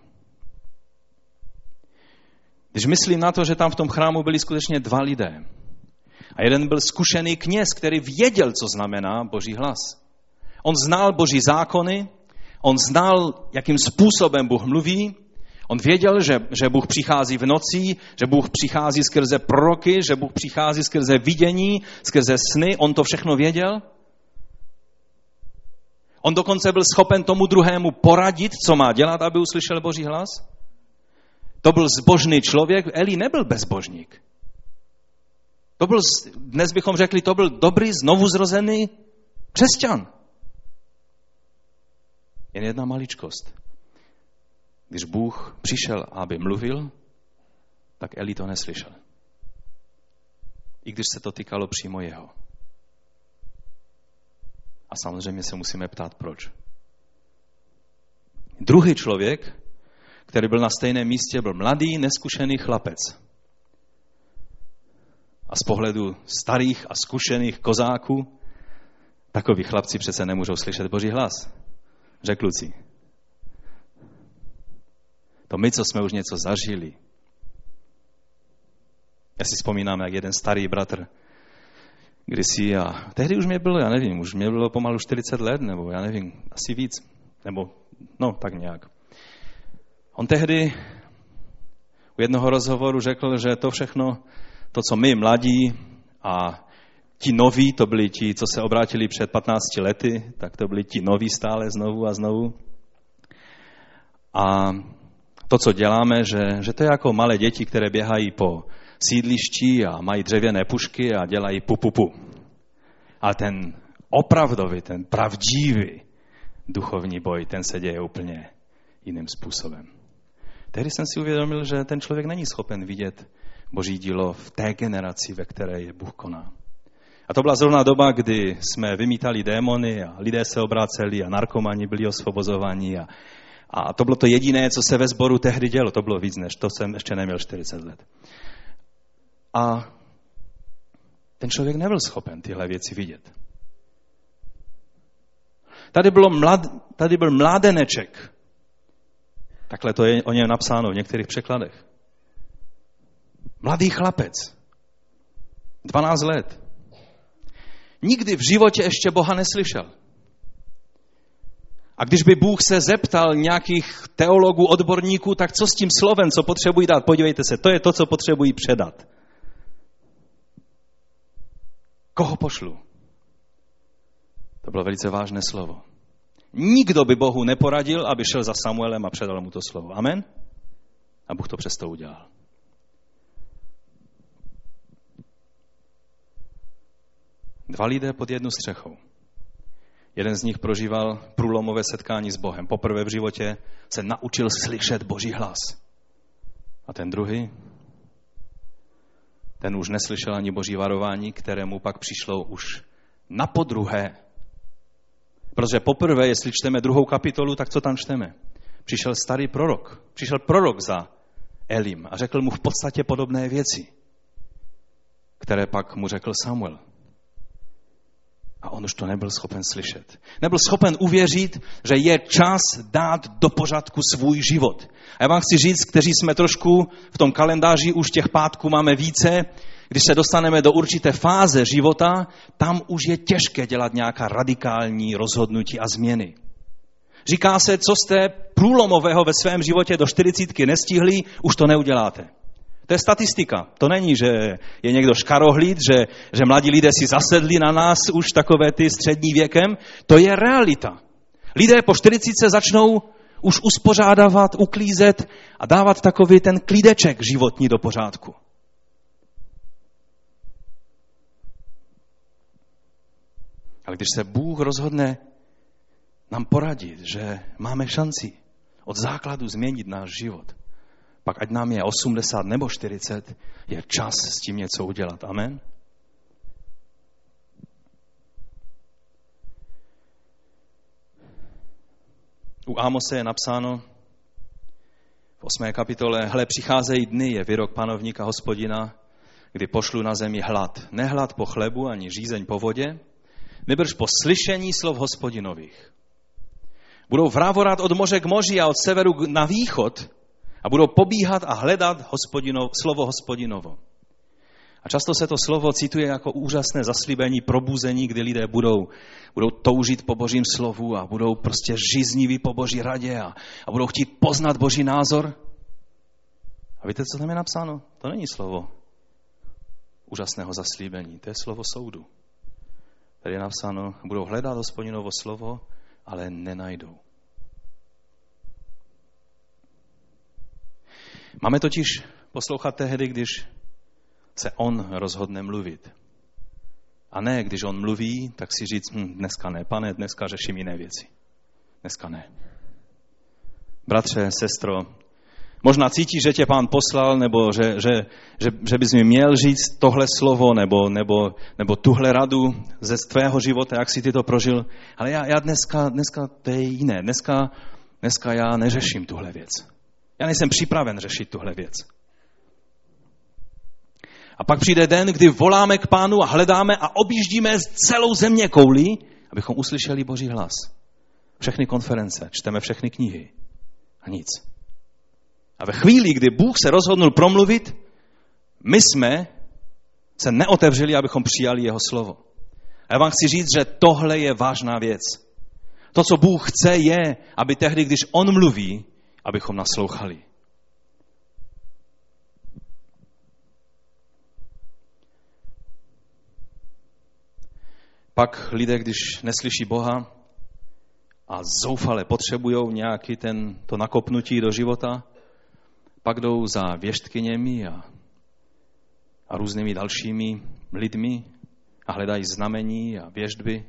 Když myslím na to, že tam v tom chrámu byli skutečně 2 lidé. A jeden byl zkušený kněz, který věděl, co znamená Boží hlas. On znal Boží zákony, on znal, jakým způsobem Bůh mluví, on věděl, že Bůh přichází v noci, že Bůh přichází skrze proroky, že Bůh přichází skrze vidění, skrze sny, on to všechno věděl. On dokonce byl schopen tomu druhému poradit, co má dělat, aby uslyšel Boží hlas. To byl zbožný člověk, Eli nebyl bezbožník. Dnes bychom řekli, to byl dobrý, znovuzrozený křesťan. Jen jedna maličkost. Když Bůh přišel, aby mluvil, tak Eli to neslyšel. I když se to týkalo přímo jeho. A samozřejmě se musíme ptát, proč. Druhý člověk, který byl na stejném místě, byl mladý, neskušený chlapec. A z pohledu starých a zkušených kozáků, takoví chlapci přece nemůžou slyšet Boží hlas. Řekl kluci. To my, co jsme už něco zažili. Já si vzpomínám, jak jeden starý bratr kdysi, a tehdy už mě bylo, já nevím, už mě bylo pomalu 40 let, nebo já nevím, asi víc, nebo no, tak nějak. On tehdy u jednoho rozhovoru řekl, že to všechno, to, co my mladí a ti noví, to byli ti, co se obrátili před 15 lety, tak to byli ti noví stále znovu a znovu. A to, co děláme, že to je jako malé děti, které běhají po sídlišti a mají dřevěné pušky a dělají pu. A ten opravdový, ten pravdivý duchovní boj, ten se děje úplně jiným způsobem. Tehdy jsem si uvědomil, že ten člověk není schopen vidět Boží dílo v té generaci, ve které je Bůh koná. A to byla zrovna doba, kdy jsme vymítali démony a lidé se obráceli a narkomani byli osvobozovaní a to bylo to jediné, co se ve sboru tehdy dělo. To bylo víc než, to jsem ještě neměl 40 let. A ten člověk nebyl schopen tyhle věci vidět. Tady byl mládeneček. Takhle to je o něm napsáno v některých překladech. Mladý chlapec. 12 let. Nikdy v životě ještě Boha neslyšel. A když by Bůh se zeptal nějakých teologů, odborníků, tak co s tím slovem, co potřebují dát? Podívejte se, to je to, co potřebují předat. Koho pošlu? To bylo velice vážné slovo. Nikdo by Bohu neporadil, aby šel za Samuelem a předal mu to slovo. Amen? A Bůh to přesto udělal. Dva lidé pod jednu střechou. Jeden z nich prožíval průlomové setkání s Bohem. Poprvé v životě se naučil slyšet Boží hlas. A ten druhý, ten už neslyšel ani Boží varování, kterému pak přišlo už napodruhé. Protože poprvé, jestli čteme 2. kapitolu, tak co tam čteme? Přišel starý prorok. Přišel prorok za Elim a řekl mu v podstatě podobné věci, které pak mu řekl Samuel. A on už to nebyl schopen slyšet. Nebyl schopen uvěřit, že je čas dát do pořádku svůj život. A já vám chci říct, kteří jsme trošku v tom kalendáři, už těch pátků máme více, když se dostaneme do určité fáze života, tam už je těžké dělat nějaká radikální rozhodnutí a změny. Říká se, co jste průlomového ve svém životě do 40 nestihli, už to neuděláte. To je statistika. To není, že je někdo škarohlíd, že mladí lidé si zasedli na nás už takové ty střední věkem. To je realita. Lidé po 40 začnou už uspořádávat, uklízet a dávat takový ten klídeček životní do pořádku. Ale když se Bůh rozhodne nám poradit, že máme šanci od základu změnit náš život, pak ať nám je 80 nebo 40, je čas s tím něco udělat. Amen? U Ámose je napsáno v 8. kapitole: Hle, přicházejí dny, je výrok panovníka Hospodina, kdy pošlu na zemi hlad. Ne hlad po chlebu, ani žízeň po vodě, nýbrž po slyšení slov Hospodinových. Budou vrávorat od moře k moři a od severu na východ a budou pobíhat a hledat slovo Hospodinovo. A často se to slovo cituje jako úžasné zaslíbení probuzení, kdy lidé budou toužit po Božím slovu a budou prostě žízniví po Boží radě a budou chtít poznat Boží názor. A víte, co tam je napsáno? To není slovo úžasného zaslíbení, to je slovo soudu. Tady je napsáno, budou hledat Hospodinovo slovo, ale nenajdou. Máme totiž poslouchat tehdy, když se on rozhodne mluvit. A ne, když on mluví, tak si říct, dneska ne, pane, dneska řeším jiné věci. Dneska ne. Bratře, sestro, možná cítíš, že tě Pán poslal, nebo že bys mi měl říct tohle slovo, nebo tuhle radu ze tvého života, jak jsi ty to prožil. Ale já dneska to je jiné. Dneska já neřeším tuhle věc. Já nejsem připraven řešit tuhle věc. A pak přijde den, kdy voláme k Pánu a hledáme a objíždíme celou země kouli, abychom uslyšeli Boží hlas. Všechny konference, čteme všechny knihy. A nic. A ve chvíli, kdy Bůh se rozhodnul promluvit, my jsme se neotevřeli, abychom přijali jeho slovo. A já vám chci říct, že tohle je vážná věc. To, co Bůh chce, je, aby tehdy, když on mluví, abychom naslouchali. Pak lidé, když neslyší Boha a zoufale potřebují nějaký to nakopnutí do života, pak jdou za věštkyněmi a různými dalšími lidmi a hledají znamení a věštby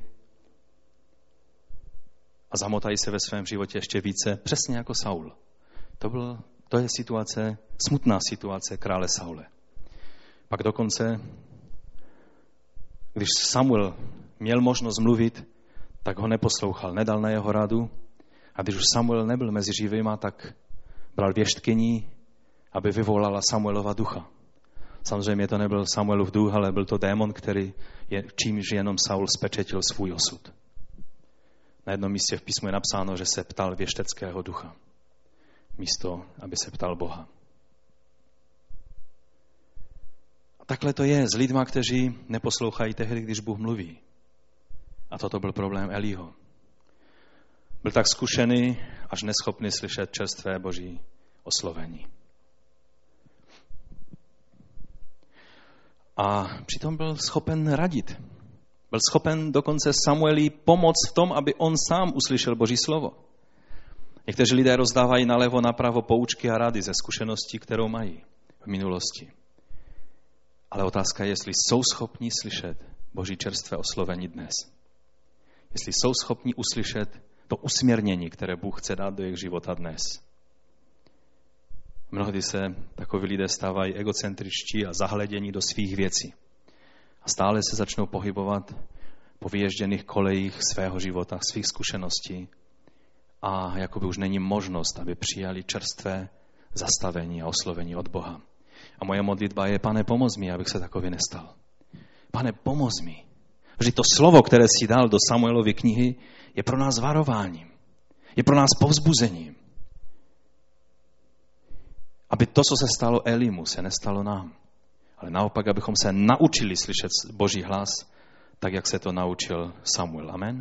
a zamotají se ve svém životě ještě více, přesně jako Saul. To je situace, smutná situace krále Saule. Pak dokonce, když Samuel měl možnost mluvit, tak ho neposlouchal, nedal na jeho radu. A když už Samuel nebyl mezi živýma, tak bral věštkyni, aby vyvolala Samuelova ducha. Samozřejmě to nebyl Samuelův duch, ale byl to démon, čímž jenom Saul spečetil svůj osud. Na jednom místě v písmu je napsáno, že se ptal věšteckého ducha, místo, aby se ptal Boha. A takhle to je s lidma, kteří neposlouchají tehdy, když Bůh mluví. A toto byl problém Elího. Byl tak zkušený, až neschopný slyšet čerstvé Boží oslovení. A přitom byl schopen radit. Byl schopen dokonce Samueli pomoct v tom, aby on sám uslyšel Boží slovo. Někteří lidé rozdávají nalevo napravo poučky a rady ze zkušeností, kterou mají v minulosti. Ale otázka je, jestli jsou schopni slyšet Boží čerstvé oslovení dnes. Jestli jsou schopni uslyšet to usměrnění, které Bůh chce dát do jejich života dnes. Mnohdy se takoví lidé stávají egocentričtí a zahledění do svých věcí. A stále se začnou pohybovat po vyježděných kolejích svého života, svých zkušeností. A jakoby už není možnost, aby přijali čerstvé zastavení a oslovení od Boha. A moje modlitba je, Pane, pomoz mi, abych se takový nestal. Pane, pomoz mi. Vždyť to slovo, které si dal do Samuelovy knihy, je pro nás varováním. Je pro nás povzbuzením. Aby to, co se stalo Elimu, se nestalo nám. Ale naopak, abychom se naučili slyšet Boží hlas, tak, jak se to naučil Samuel. Amen.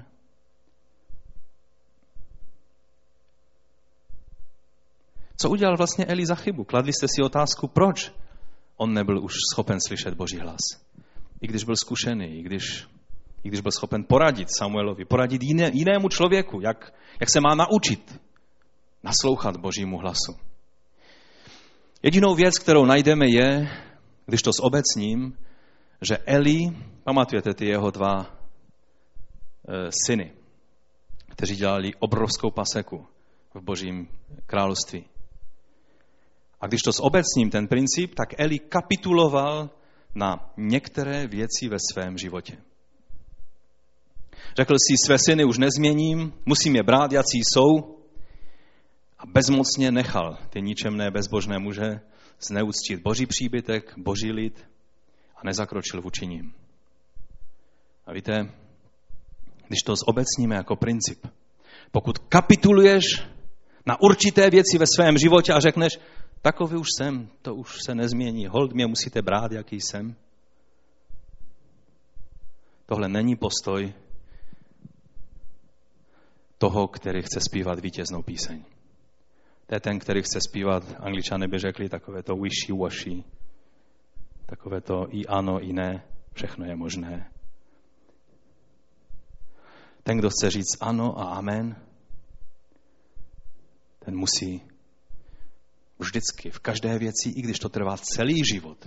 Co udělal vlastně Eli za chybu? Kladli jste si otázku, proč on nebyl už schopen slyšet Boží hlas? I když byl zkušený, i když byl schopen poradit Samuelovi, poradit jinému člověku, jak se má naučit naslouchat Božímu hlasu. Jedinou věc, kterou najdeme, je, když to zobecním, že Eli, pamatujete ty jeho dva syny, kteří dělali obrovskou paseku v Božím království. A když to zobecním ten princip, tak Eli kapituloval na některé věci ve svém životě. Řekl si, své syny už nezměním, musím je brát, jací jsou, a bezmocně nechal ty ničemné bezbožné muže zneuctit Boží příbytek, Boží lid a nezakročil vůči nim. A víte, když to zobecníme jako princip. Pokud kapituluješ na určité věci ve svém životě a řekneš, takový už jsem, to už se nezmění, hold mě musíte brát, jaký jsem. Tohle není postoj toho, který chce zpívat vítěznou píseň. To je ten, který chce zpívat, Angličané by řekli, takové to wishy-washy, takové to i ano, i ne, všechno je možné. Ten, kdo chce říct ano a amen, ten musí vždycky, v každé věci, i když to trvá celý život,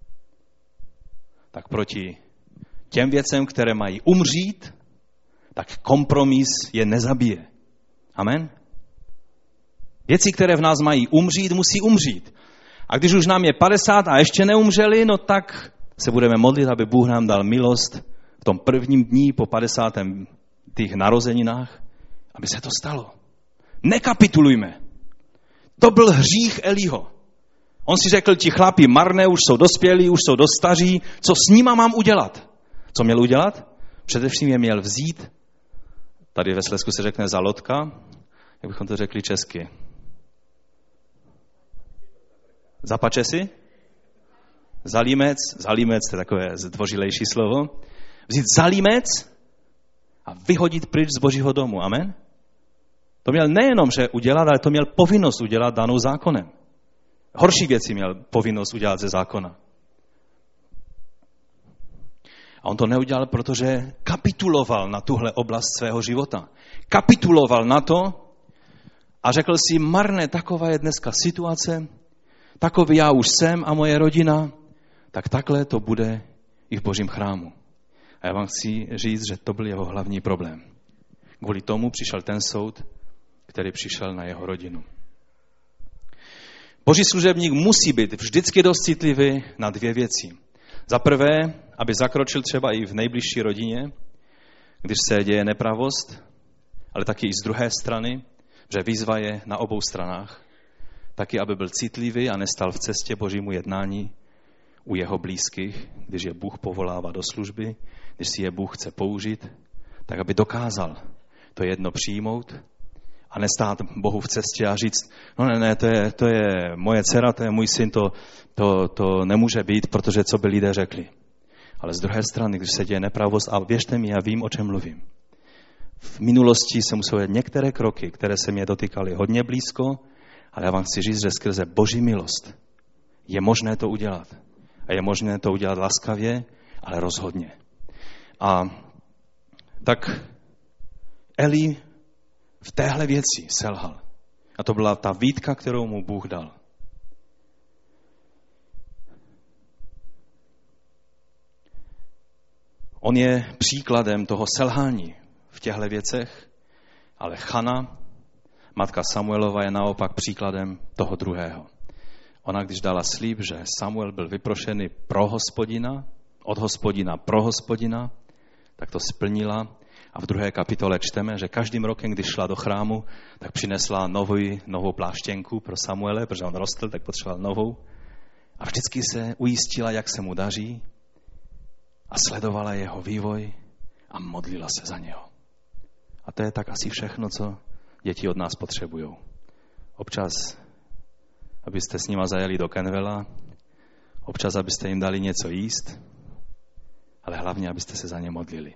tak proti těm věcem, které mají umřít, tak kompromis je nezabije. Amen? Věci, které v nás mají umřít, musí umřít. A když už nám je 50 a ještě neumřeli, no tak se budeme modlit, aby Bůh nám dal milost v tom prvním dní po 50. těch narozeninách, aby se to stalo. Nekapitulujme. To byl hřích Eliho. On si řekl, ti chlapi marné, už jsou dospělí, už jsou dost staří, co s nima mám udělat? Co měl udělat? Především je měl vzít, tady ve Slezsku se řekne zalotka, jak bychom to řekli česky. Zapače si? Zalímec, to je takové zdvořilejší slovo. Vzít zalímec a vyhodit pryč z Božího domu. Amen? To měl nejenom, že udělat, ale to měl povinnost udělat danou zákonem. Horší věci měl povinnost udělat ze zákona. A on to neudělal, protože kapituloval na tuhle oblast svého života. Kapituloval na to a řekl si, marné, taková je dneska situace, takový já už jsem a moje rodina, tak takhle to bude i v Božím chrámu. A já vám chci říct, že to byl jeho hlavní problém. Kvůli tomu přišel ten soud, který přišel na jeho rodinu. Boží služebník musí být vždycky dost citlivý na dvě věci. Za prvé, aby zakročil třeba i v nejbližší rodině, když se děje nepravost, ale taky i z druhé strany, že výzva je na obou stranách. Taky, aby byl citlivý a nestal v cestě Božímu jednání u jeho blízkých, když je Bůh povolává do služby, když si je Bůh chce použít, tak aby dokázal to jedno přijmout a nestát Bohu v cestě a říct, no ne, to je moje dcera, to je můj syn, to nemůže být, protože co by lidé řekli. Ale z druhé strany, když se děje nepravost, a věřte mi, já vím, o čem mluvím. V minulosti jsem musel dělat některé kroky, které se mě dotýkaly hodně blízko, ale já vám chci říct, že skrze Boží milost je možné to udělat. A je možné to udělat laskavě, ale rozhodně. A tak Eli v téhle věci selhal. A to byla ta výtka, kterou mu Bůh dal. On je příkladem toho selhání v těchto věcech, ale Chana, matka Samuelova, je naopak příkladem toho druhého. Ona, když dala slib, že Samuel byl vyprošený pro Hospodina, od Hospodina pro Hospodina, tak to splnila. A v 2. kapitole čteme, že každým rokem, když šla do chrámu, tak přinesla novou pláštěnku pro Samuele, protože on rostl, tak potřeboval novou. A vždycky se ujistila, jak se mu daří, a sledovala jeho vývoj a modlila se za něho. A to je tak asi všechno, co děti od nás potřebují. Občas, abyste s nima zajeli do Kenvela, občas, abyste jim dali něco jíst, ale hlavně, abyste se za ně modlili.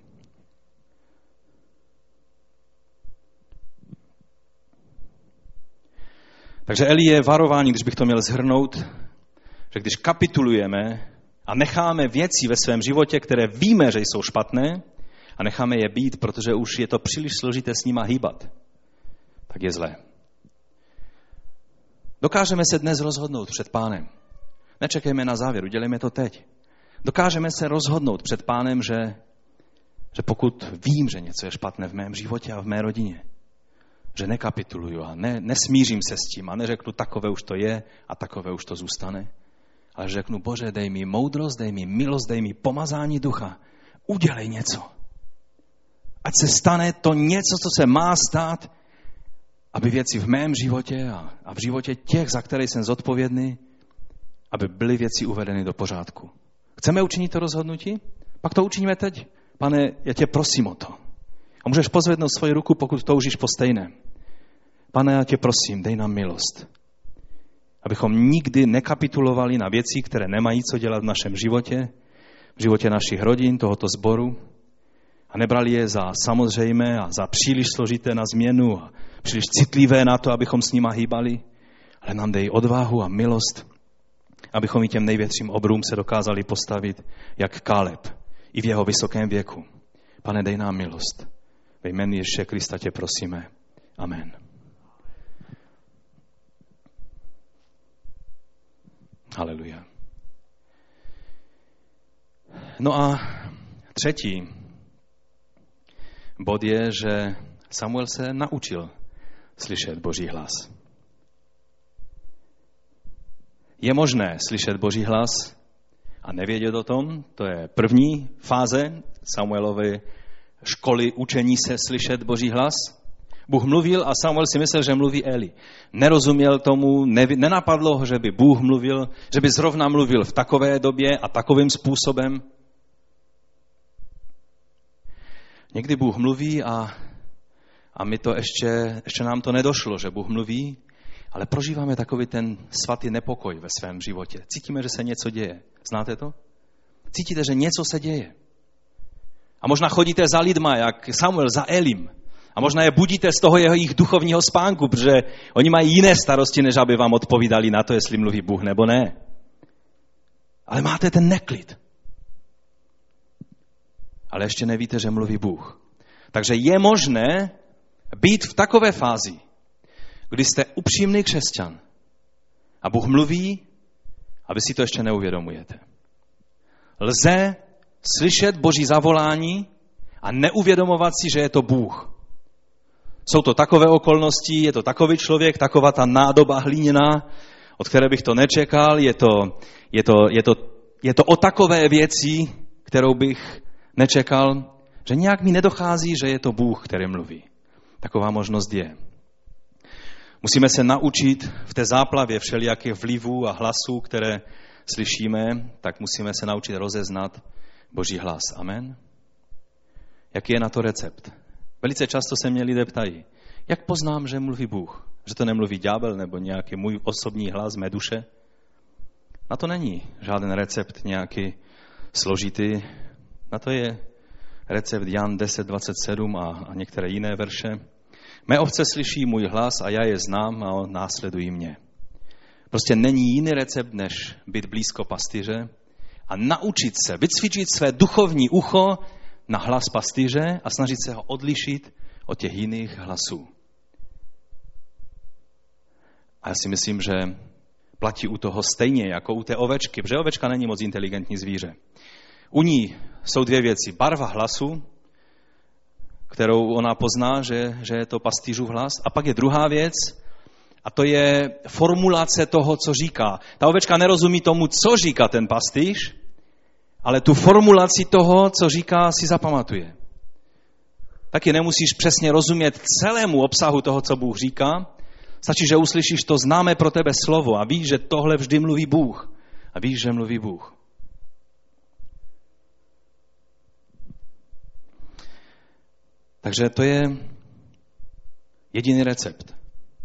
Takže Eli je varování, když bych to měl shrnout, že když kapitulujeme a necháme věci ve svém životě, které víme, že jsou špatné, a necháme je být, protože už je to příliš složité s nima hýbat, tak je zlé. Dokážeme se dnes rozhodnout před Pánem. Nečekejme na závěr, udělejme to teď. Dokážeme se rozhodnout před Pánem, že pokud vím, že něco je špatné v mém životě a v mé rodině, že nekapituluju a nesmířím se s tím a neřeknu, takové už to je a takové už to zůstane, ale řeknu, Bože, dej mi moudrost, dej mi milost, dej mi pomazání ducha, udělej něco. Ať se stane to něco, co se má stát, aby věci v mém životě a v životě těch, za které jsem zodpovědný, aby byly věci uvedeny do pořádku. Chceme učinit to rozhodnutí? Pak to učiníme teď. Pane, já tě prosím o to. můžeš pozvednout svoji ruku, pokud toužíš po stejném. Pane, já tě prosím, dej nám milost. Abychom nikdy nekapitulovali na věci, které nemají co dělat v našem životě, v životě našich rodin, tohoto sboru, a nebrali je za samozřejmé a za příliš složité na změnu a příliš citlivé na to, abychom s nima hýbali, ale nám dej odvahu a milost, abychom i těm největším obrům se dokázali postavit, jak Káleb, i v jeho vysokém věku. Pane, dej nám milost. Ve jménu Ježíše Krista tě prosíme. Amen. Haleluja. No a třetí bod je, že Samuel se naučil slyšet Boží hlas. Je možné slyšet Boží hlas a nevědět o tom. To je první fáze Samuelovy školy učení se slyšet Boží hlas. Bůh mluvil a Samuel si myslel, že mluví Eli. Nerozuměl tomu, nenapadlo ho, že by Bůh mluvil, že by zrovna mluvil v takové době a takovým způsobem. Někdy Bůh mluví a my to ještě nám to nedošlo, že Bůh mluví, ale prožíváme takový ten svatý nepokoj ve svém životě. Cítíme, že se něco děje. Znáte to? Cítíte, že něco se děje. A možná chodíte za lidma, jak Samuel za Elim. A možná je budíte z toho jejich duchovního spánku, protože oni mají jiné starosti, než aby vám odpovídali na to, jestli mluví Bůh nebo ne. Ale máte ten neklid. Ale ještě nevíte, že mluví Bůh. Takže je možné být v takové fázi, kdy jste upřímný křesťan a Bůh mluví a vy si to ještě neuvědomujete. Lze slyšet Boží zavolání a neuvědomovat si, že je to Bůh. Jsou to takové okolnosti, je to takový člověk, taková ta nádoba hliněná, od které bych to nečekal, je to o takové věci, kterou bych nečekal, že nějak mi nedochází, že je to Bůh, který mluví. Taková možnost je. Musíme se naučit v té záplavě všelijakých vlivů a hlasů, které slyšíme, tak musíme se naučit rozeznat Boží hlas. Amen. Jaký je na to recept? Velice často se mě lidé ptají, jak poznám, že mluví Bůh? Že to nemluví ďábel nebo nějaký můj osobní hlas mé duše? Na to není žádný recept nějaký složitý. Na to je recept Jan 10:27 a některé jiné verše. Mé ovce slyší můj hlas a já je znám a následují mě. Prostě není jiný recept, než být blízko pastýře a naučit se, vycvičit své duchovní ucho na hlas pastýře a snažit se ho odlišit od těch jiných hlasů. A já si myslím, že platí u toho stejně jako u té ovečky, protože ovečka není moc inteligentní zvíře. U ní jsou dvě věci. Barva hlasu, kterou ona pozná, že je to pastýřův hlas. A pak je druhá věc, a to je formulace toho, co říká. Ta ovečka nerozumí tomu, co říká ten pastýř, ale tu formulaci toho, co říká, si zapamatuje. Taky nemusíš přesně rozumět celému obsahu toho, co Bůh říká. Stačí, že uslyšíš to známé pro tebe slovo a víš, že tohle vždy mluví Bůh. A víš, že mluví Bůh. Takže to je jediný recept.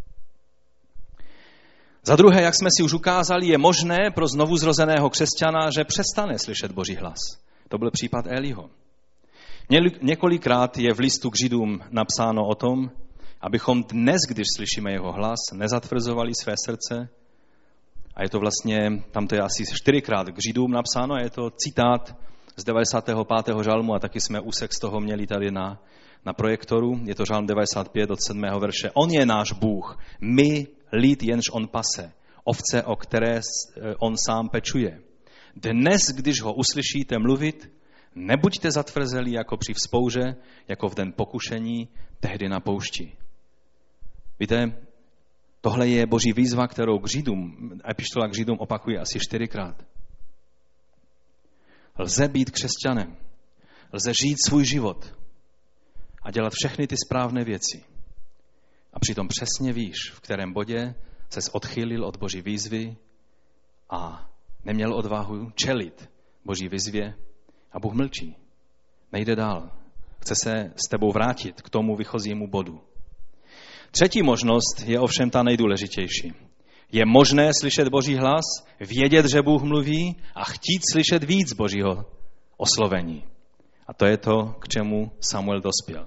Za druhé, jak jsme si už ukázali, je možné pro znovuzrozeného křesťana, že přestane slyšet Boží hlas. To byl případ Eliho. Několikrát je v listu k Židům napsáno o tom, abychom dnes, když slyšíme jeho hlas, nezatvrzovali své srdce. A je to vlastně, tam to je asi 4krát k Židům napsáno a je to citát z 95. žalmu a taky jsme úsek z toho měli tady na projektoru. Je to žalm 95 od 7. verše. On je náš Bůh, my lid, jenž on pase, ovce, o které on sám pečuje. Dnes, když ho uslyšíte mluvit, nebuďte zatvrzeli jako při vzpouře, jako v den pokušení, tehdy na poušti. Víte, tohle je Boží výzva, kterou k Židům, epištola k Židům opakuje asi 4krát. Lze být křesťanem, lze žít svůj život a dělat všechny ty správné věci. A přitom přesně víš, v kterém bodě ses odchýlil od Boží výzvy a neměl odvahu čelit Boží výzvě a Bůh mlčí. Nejde dál. Chce se s tebou vrátit k tomu výchozímu bodu. Třetí možnost je ovšem ta nejdůležitější. Je možné slyšet Boží hlas, vědět, že Bůh mluví a chtít slyšet víc Božího oslovení. A to je to, k čemu Samuel dospěl.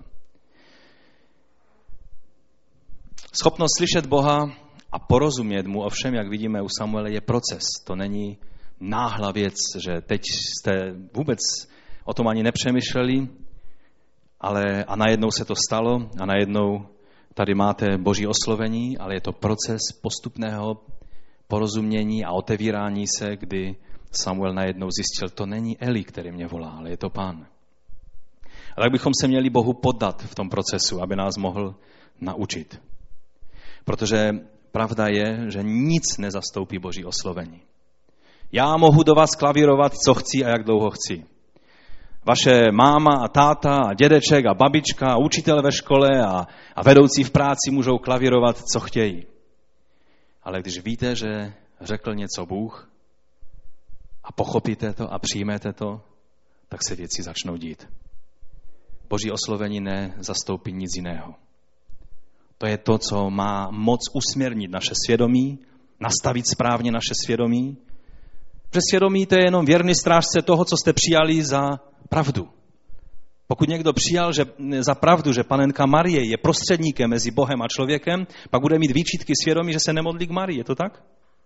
Schopnost slyšet Boha a porozumět mu, ovšem, jak vidíme u Samuela, je proces. To není náhla věc, že teď jste vůbec o tom ani nepřemýšleli, a najednou se to stalo a najednou tady máte Boží oslovení, ale je to proces postupného porozumění a otevírání se, kdy Samuel najednou zjistil, to není Eli, který mě volá, ale je to Pán. A tak bychom se měli Bohu poddat v tom procesu, aby nás mohl naučit. Protože pravda je, že nic nezastoupí Boží oslovení. Já mohu do vás klavírovat, co chci a jak dlouho chci. Vaše máma a táta a dědeček a babička a učitel ve škole a vedoucí v práci můžou klavírovat, co chtějí. Ale když víte, že řekl něco Bůh a pochopíte to a přijmete to, tak se věci začnou dít. Boží oslovení nezastoupí nic jiného. To je to, co má moc usměrnit naše svědomí, nastavit správně naše svědomí. Protože svědomí to je jenom věrný strážce toho, co jste přijali za pravdu. Pokud někdo přijal za pravdu, že panenka Marie je prostředníkem mezi Bohem a člověkem, pak bude mít výčitky svědomí, že se nemodlí k Marii. Je to tak?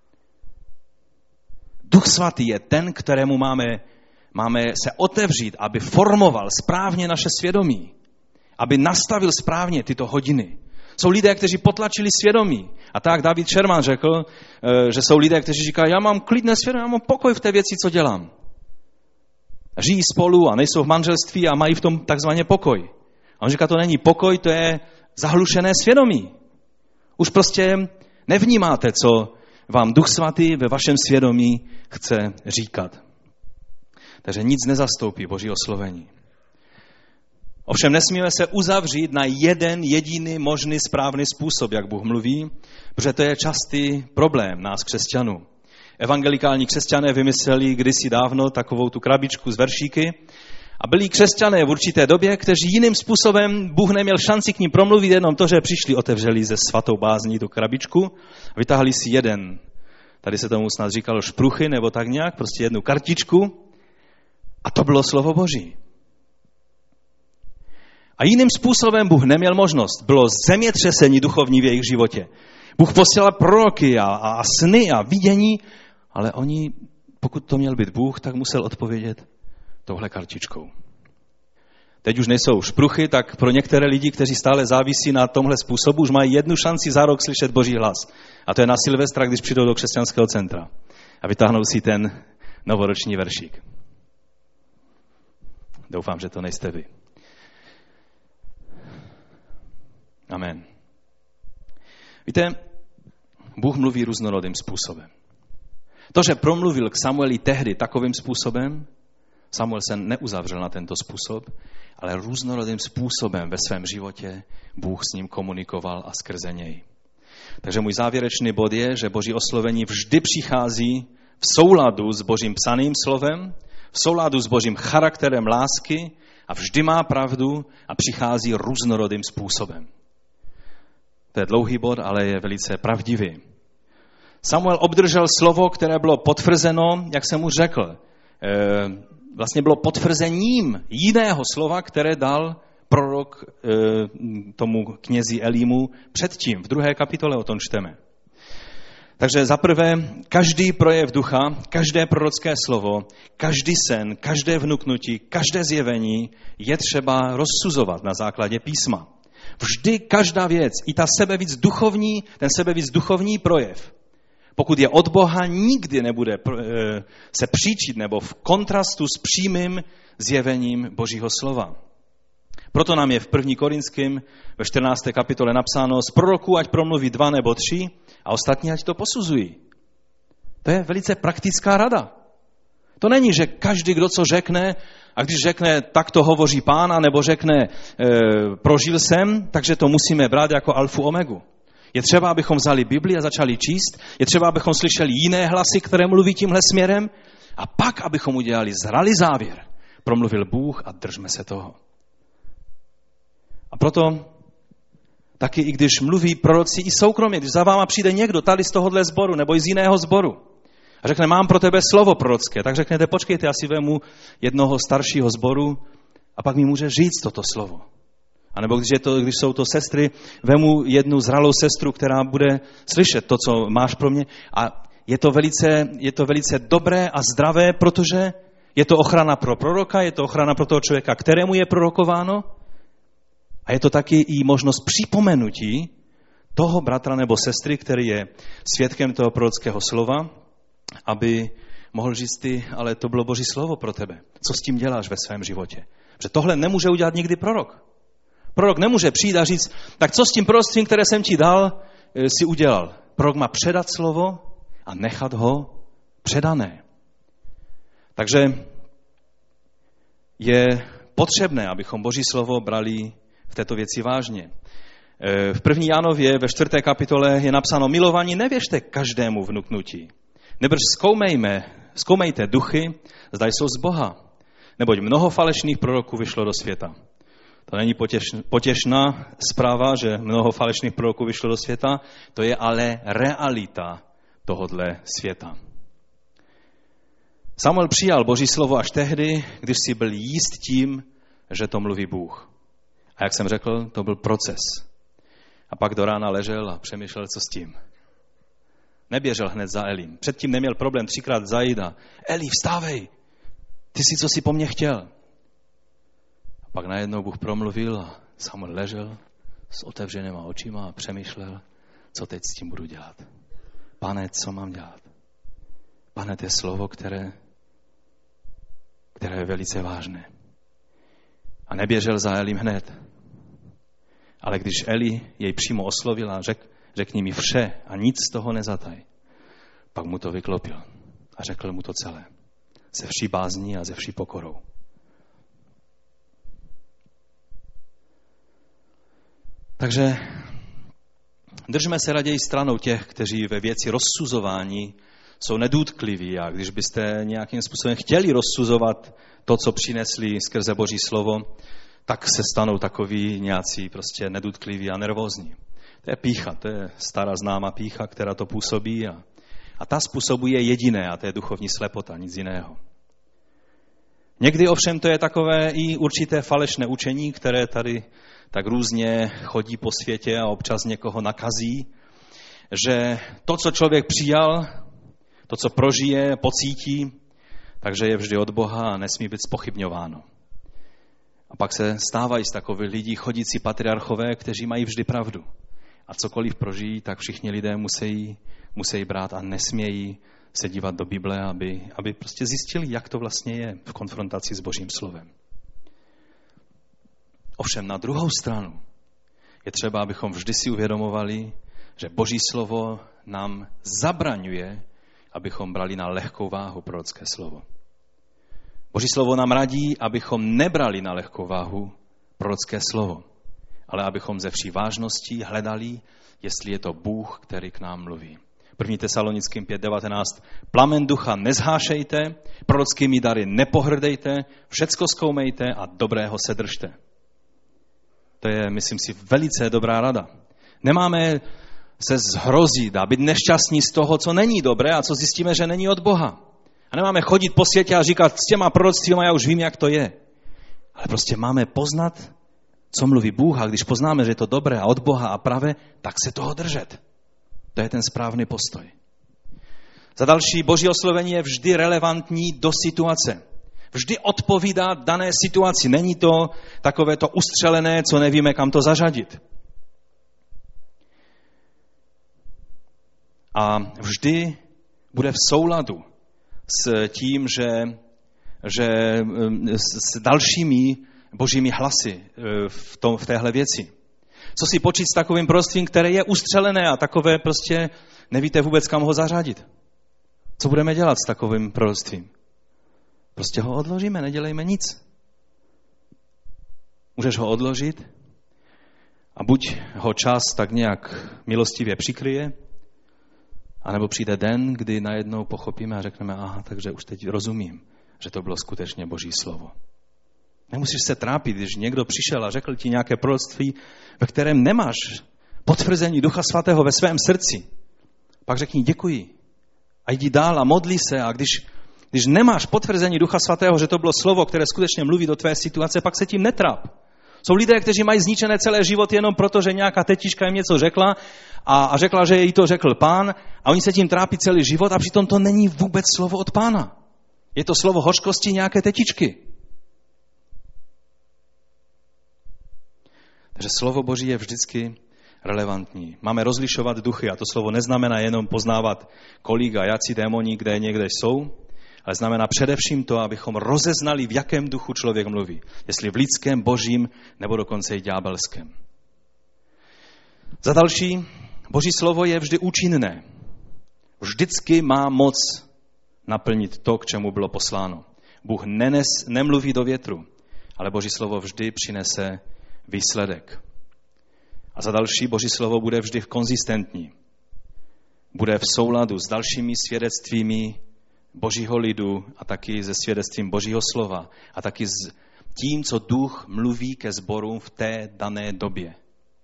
Duch svatý je ten, kterému máme se otevřít, aby formoval správně naše svědomí. Aby nastavil správně tyto hodiny. Jsou lidé, kteří potlačili svědomí. A tak David Sherman řekl, že jsou lidé, kteří říkají, já mám klidné svědomí, já mám pokoj v té věci, co dělám. Žijí spolu a nejsou v manželství a mají v tom takzvaně pokoj. A on říká, to není pokoj, to je zahlušené svědomí. Už prostě nevnímáte, co vám Duch svatý ve vašem svědomí chce říkat. Takže nic nezastoupí Boží oslovení. Ovšem nesmíme se uzavřít na jeden jediný možný správný způsob, jak Bůh mluví, protože to je častý problém nás křesťanů. Evangelikální křesťané vymysleli kdysi dávno takovou tu krabičku z veršíky a byli křesťané v určité době, kteří jiným způsobem, Bůh neměl šanci k ním promluvit, jenom to, že přišli, otevřeli ze svatou bázní tu krabičku, vytáhli si jeden, tady se tomu snad říkalo špruchy nebo tak nějak, prostě jednu kartičku a to bylo slovo Boží. A jiným způsobem Bůh neměl možnost. Bylo zemětřesení duchovní v jejich životě. Bůh posílal proroky a sny a vidění, ale oni, pokud to měl být Bůh, tak musel odpovědět touhle kartičkou. Teď už nejsou špruchy, tak pro některé lidi, kteří stále závisí na tomhle způsobu, už mají jednu šanci za rok slyšet Boží hlas. A to je na Silvestra, když přijdou do křesťanského centra a vytáhnou si ten novoroční veršík. Doufám, že to nejste vy. Amen. Víte, Bůh mluví různorodým způsobem. To, že promluvil k Samueli tehdy takovým způsobem, Samuel se neuzavřel na tento způsob, ale různorodým způsobem ve svém životě Bůh s ním komunikoval a skrze něj. Takže můj závěrečný bod je, že Boží oslovení vždy přichází v souladu s Božím psaným slovem, v souladu s Božím charakterem lásky a vždy má pravdu a přichází různorodým způsobem. To je dlouhý bod, ale je velice pravdivý. Samuel obdržel slovo, které bylo potvrzeno, jak jsem už řekl. Vlastně bylo potvrzením jiného slova, které dal prorok tomu knězi Elímu předtím. V 2. kapitole o tom čteme. Takže zaprvé, každý projev ducha, každé prorocké slovo, každý sen, každé vnuknutí, každé zjevení je třeba rozsuzovat na základě písma. Vždy každá věc, i ten sebevíc duchovní projev, pokud je od Boha, nikdy nebude se příčit nebo v kontrastu s přímým zjevením Božího slova. Proto nám je v 1. Korinským ve 14. kapitole napsáno, z proroků ať promluví 2 nebo 3 a ostatní ať to posuzují. To je velice praktická rada. To není, že každý, kdo co řekne, a když řekne, tak to hovoří Pán, nebo řekne, prožil jsem, takže to musíme brát jako alfu omegu. Je třeba, abychom vzali Bibli a začali číst, je třeba, abychom slyšeli jiné hlasy, které mluví tímhle směrem, a pak, abychom udělali zralý závěr. Promluvil Bůh a držme se toho. A proto taky, i když mluví proroci i soukromě, když za váma přijde někdo tady z tohohle sboru nebo i z jiného sboru a řekne, mám pro tebe slovo prorocké, tak řeknete, počkejte, já si vemu jednoho staršího sboru a pak mi může říct toto slovo. A nebo když jsou to sestry, vemu jednu zralou sestru, která bude slyšet to, co máš pro mě. A je to velice dobré a zdravé, protože je to ochrana pro proroka, je to ochrana pro toho člověka, kterému je prorokováno. A je to taky i možnost připomenutí toho bratra nebo sestry, který je svědkem toho prorockého slova, aby mohl říct ty, ale to bylo Boží slovo pro tebe. Co s tím děláš ve svém životě? Protože tohle nemůže udělat nikdy prorok. Prorok nemůže přijít a říct, tak co s tím proroctvím, které jsem ti dal, si udělal. Prorok má předat slovo a nechat ho předané. Takže je potřebné, abychom Boží slovo brali v této věci vážně. V 1. Jánově ve 4. kapitole je napsáno, milovaní, nevěřte každému vnuknutí. Nebrž zkoumejte duchy, zda jsou z Boha. Neboť mnoho falešných proroků vyšlo do světa. To není potěšná zpráva, že mnoho falešných proroků vyšlo do světa, to je ale realita tohodle světa. Samuel přijal Boží slovo až tehdy, když si byl jíst tím, že to mluví Bůh. A jak jsem řekl, to byl proces. A pak do rána ležel a přemýšlel, co s tím. Neběžel hned za Elím. Předtím neměl problém 3krát zajít a Eli, vstávej, ty jsi co si po mně chtěl. A pak najednou Bůh promluvil a Samuel ležel s otevřenýma očima a přemýšlel, co teď s tím budu dělat. Pane, co mám dělat? Pane, to je slovo, které je velice vážné. A neběžel za Elím hned. Ale když Eli jej přímo oslovil a řekni mi vše a nic z toho nezataj, pak mu to vyklopil a řekl mu to celé. Se vší bázní a ze vší pokorou. Takže držme se raději stranou těch, kteří ve věci rozsuzování jsou nedůtkliví a když byste nějakým způsobem chtěli rozsuzovat to, co přinesli skrze Boží slovo, tak se stanou takoví nějací prostě nedůtkliví a nervózní. To je pýcha, to je stará známá pýcha, která to působí a ta způsobuje jediné a to je duchovní slepota, nic jiného. Někdy ovšem to je takové i určité falešné učení, které tady tak různě chodí po světě a občas někoho nakazí, že to, co člověk přijal, to, co prožije, pocítí, takže je vždy od Boha a nesmí být zpochybňováno. A pak se stávají z takových lidí chodící patriarchové, kteří mají vždy pravdu. A cokoliv prožijí, tak všichni lidé musí brát a nesmějí se dívat do Bible, aby prostě zjistili, jak to vlastně je v konfrontaci s Božím slovem. Ovšem na druhou stranu je třeba, abychom vždy si uvědomovali, že Boží slovo nám zabraňuje, abychom brali na lehkou váhu prorocké slovo. Boží slovo nám radí, abychom nebrali na lehkou váhu prorocké slovo, ale abychom ze vší vážností hledali, jestli je to Bůh, který k nám mluví. 1. Tesalonickým 5:19. Plamen ducha nezhášejte, prorockými dary nepohrdejte, všecko zkoumejte a dobrého se držte. To je, myslím si, velice dobrá rada. Nemáme se zhrozit a být nešťastní z toho, co není dobré a co zjistíme, že není od Boha. A nemáme chodit po světě a říkat, s těma proroctvíma já už vím, jak to je. Ale prostě máme poznat, co mluví Bůh a když poznáme, že je to dobré a od Boha a pravé, tak se toho držet. To je ten správný postoj. Za další, Boží oslovení je vždy relevantní do situace. Vždy odpovídá dané situaci. Není to takové to ustřelené, co nevíme, kam to zařadit. A vždy bude v souladu s tím, že s dalšími božími hlasy v téhle věci. Co si počít s takovým proroctvím, které je ustřelené a takové prostě nevíte vůbec, kam ho zařadit. Co budeme dělat s takovým proroctvím? Prostě ho odložíme, nedělejme nic. Můžeš ho odložit a buď ho čas tak nějak milostivě přikryje, anebo přijde den, kdy najednou pochopíme a řekneme, aha, takže už teď rozumím, že to bylo skutečně Boží slovo. Nemusíš se trápit, když někdo přišel a řekl ti nějaké proroctví, ve kterém nemáš potvrzení Ducha Svatého ve svém srdci. Pak řekni děkuji a jdi dál a modli se. A když nemáš potvrzení Ducha Svatého, že to bylo slovo, které skutečně mluví do tvé situace, pak se tím netráp. Jsou lidé, kteří mají zničené celé život jenom proto, že nějaká tetička jim něco řekla a řekla, že jí to řekl Pán a oni se tím trápí celý život a přitom to není vůbec slovo od Pána. Je to slovo hořkosti nějaké tetičky. Takže slovo Boží je vždycky relevantní. Máme rozlišovat duchy a to slovo neznamená jenom poznávat, kolik a jací démoni kde někde jsou, ale znamená především to, abychom rozeznali, v jakém duchu člověk mluví. Jestli v lidském, božím, nebo dokonce i ďábelském. Za další, Boží slovo je vždy účinné. Vždycky má moc naplnit to, k čemu bylo posláno. Bůh nemluví do větru, ale Boží slovo vždy přinese výsledek. A za další, Boží slovo bude vždy konzistentní. Bude v souladu s dalšími svědectvími Božího lidu a taky se svědectvím Božího slova a taky s tím, co Duch mluví ke sborům v té dané době.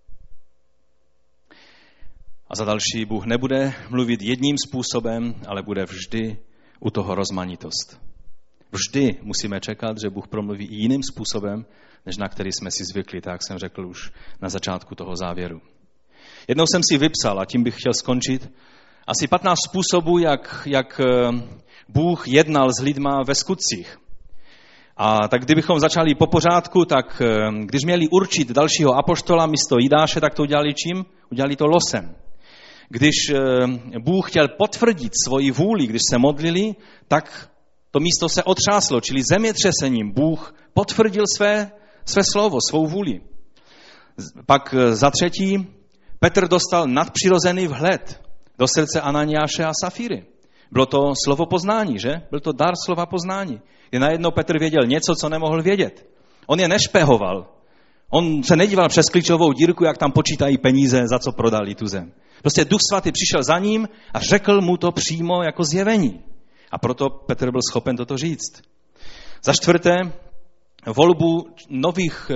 A za další, Bůh nebude mluvit jedním způsobem, ale bude vždy u toho rozmanitost. Vždy musíme čekat, že Bůh promluví i jiným způsobem, než na který jsme si zvykli, tak jsem řekl už na začátku toho závěru. Jednou jsem si vypsal, a tím bych chtěl skončit, asi 15 způsobů, jak Bůh jednal s lidma ve skutcích. A tak kdybychom začali po pořádku, tak když měli určit dalšího apoštola místo Jidáše, tak to udělali čím? Udělali to losem. Když Bůh chtěl potvrdit svoji vůli, když se modlili, tak to místo se otřáslo, čili zemětřesením. Bůh potvrdil své slovo, svou vůli. Pak za třetí, Petr dostal nadpřirozený vhled do srdce Ananiáše a Safíry. Bylo to slovo poznání, že? Byl to dar slova poznání. Kdy najednou Petr věděl něco, co nemohl vědět. On je nešpehoval. On se nedíval přes klíčovou dírku, jak tam počítají peníze, za co prodali tu zem. Prostě Duch Svatý přišel za ním a řekl mu to přímo jako zjevení. A proto Petr byl schopen toto říct. Za čtvrté, volbu nových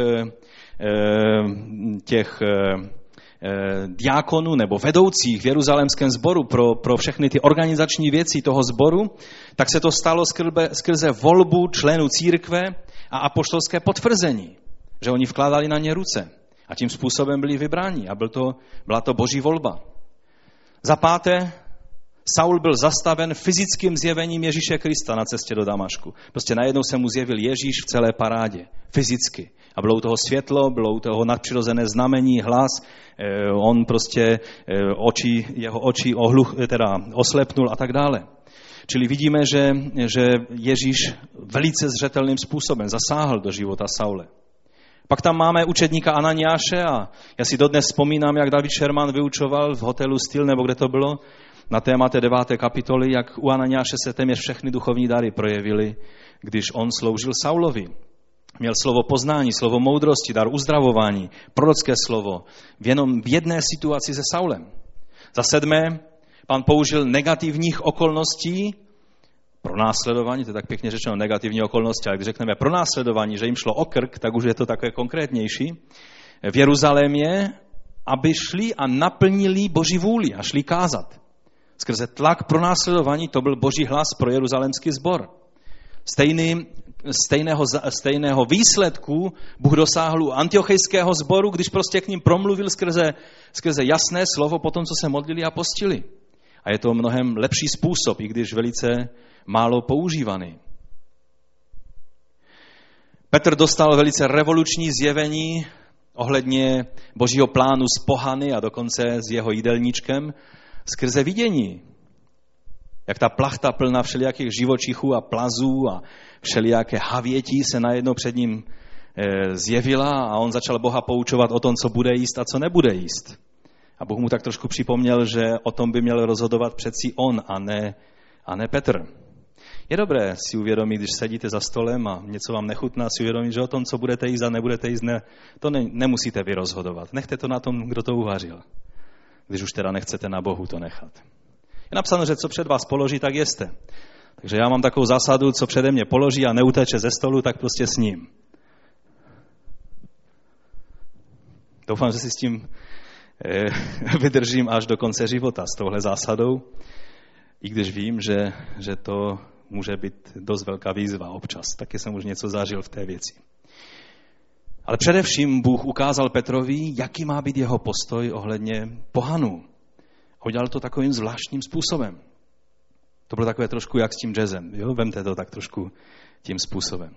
těch diákonů nebo vedoucích v Jeruzalémském sboru pro všechny ty organizační věci toho sboru, tak se to stalo skrze volbu členů církve a apoštolské potvrzení, že oni vkládali na ně ruce a tím způsobem byli vybráni a byla to Boží volba. Za páté, Saul byl zastaven fyzickým zjevením Ježíše Krista na cestě do Damašku. Prostě najednou se mu zjevil Ježíš v celé parádě, fyzicky. A bylo u toho světlo, bylo u toho nadpřirozené znamení, hlas, on prostě jeho oči oslepnul a tak dále. Čili vidíme, že Ježíš velice zřetelným způsobem zasáhl do života Saule. Pak tam máme učedníka Ananiáše a já si dodnes vzpomínám, jak David Sherman vyučoval v hotelu Styl, nebo kde to bylo, na téma té 9. kapitoly, jak u Ananiáše se téměř všechny duchovní dary projevily, když on sloužil Saulovi. Měl slovo poznání, slovo moudrosti, dar uzdravování, prorocké slovo v jedné situaci se Saulem. Za sedmé, Pán použil negativních okolností pro následování, to je tak pěkně řečeno negativní okolnosti, ale když řekneme pro následování, že jim šlo o krk, tak už je to takové konkrétnější, v Jeruzalémě, aby šli a naplnili Boží vůli a šli kázat. Skrze tlak pro následování to byl Boží hlas pro jeruzalémský sbor. Stejného výsledku Bůh dosáhl u antiochejského sboru, když prostě k ním promluvil skrze jasné slovo po tom, co se modlili a postili. A je to mnohem lepší způsob, i když velice málo používaný. Petr dostal velice revoluční zjevení ohledně Božího plánu s pohany a dokonce s jeho jídelníčkem skrze vidění. Jak ta plachta plná všelijakých živočichů a plazů a všelijaké havětí se najednou před ním zjevila a on začal Boha poučovat o tom, co bude jíst a co nebude jíst. A Bůh mu tak trošku připomněl, že o tom by měl rozhodovat přeci on a ne Petr. Je dobré si uvědomit, když sedíte za stolem a něco vám nechutná, si uvědomit, že o tom, co budete jíst a nebudete jíst, to nemusíte vy rozhodovat. Nechte to na tom, kdo to uvařil. Když už teda nechcete na Bohu to nechat. Je napsáno, že co před vás položí, tak jeste. Takže já mám takovou zásadu, co přede mě položí a neuteče ze stolu, tak prostě s ním. Doufám, že si s tím vydržím až do konce života s touhle zásadou, i když vím, že to může být dost velká výzva občas. Taky jsem už něco zažil v té věci. Ale především Bůh ukázal Petrovi, jaký má být jeho postoj ohledně pohanů. A udělal to takovým zvláštním způsobem. To bylo takové trošku jak s tím jazzem. Jo? Vemte to tak trošku tím způsobem.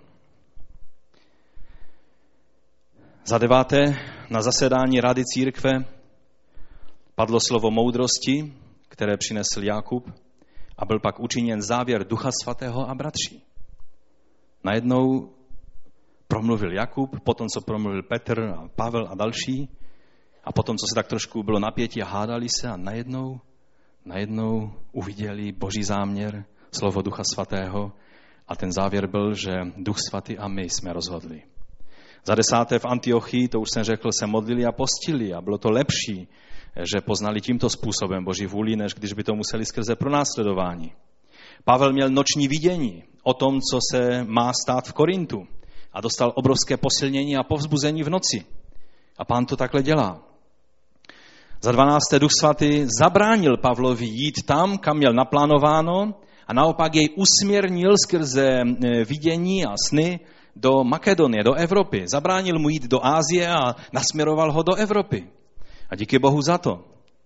Za 9. na zasedání Rady církve padlo slovo moudrosti, které přinesl Jakub, a byl pak učiněn závěr Ducha Svatého a bratří. Najednou promluvil Jakub, potom co promluvil Petr a Pavel a další, a potom co se tak trošku bylo napětí a hádali se, a najednou uviděli Boží záměr, slovo Ducha Svatého, a ten závěr byl, že Duch Svatý a my jsme rozhodli. Za 10. v Antiochii, to už jsem řekl, se modlili a postili a bylo to lepší, že poznali tímto způsobem Boží vůli, než když by to museli skrze pronásledování. Pavel měl noční vidění o tom, co se má stát v Korintu, a dostal obrovské posilnění a povzbuzení v noci. A Pán to takhle dělá. Za 12. Duch Svatý zabránil Pavlovi jít tam, kam měl naplánováno, a naopak jej usměrnil skrze vidění a sny do Makedonie, do Evropy. Zabránil mu jít do Asie a nasměroval ho do Evropy. A díky Bohu za to.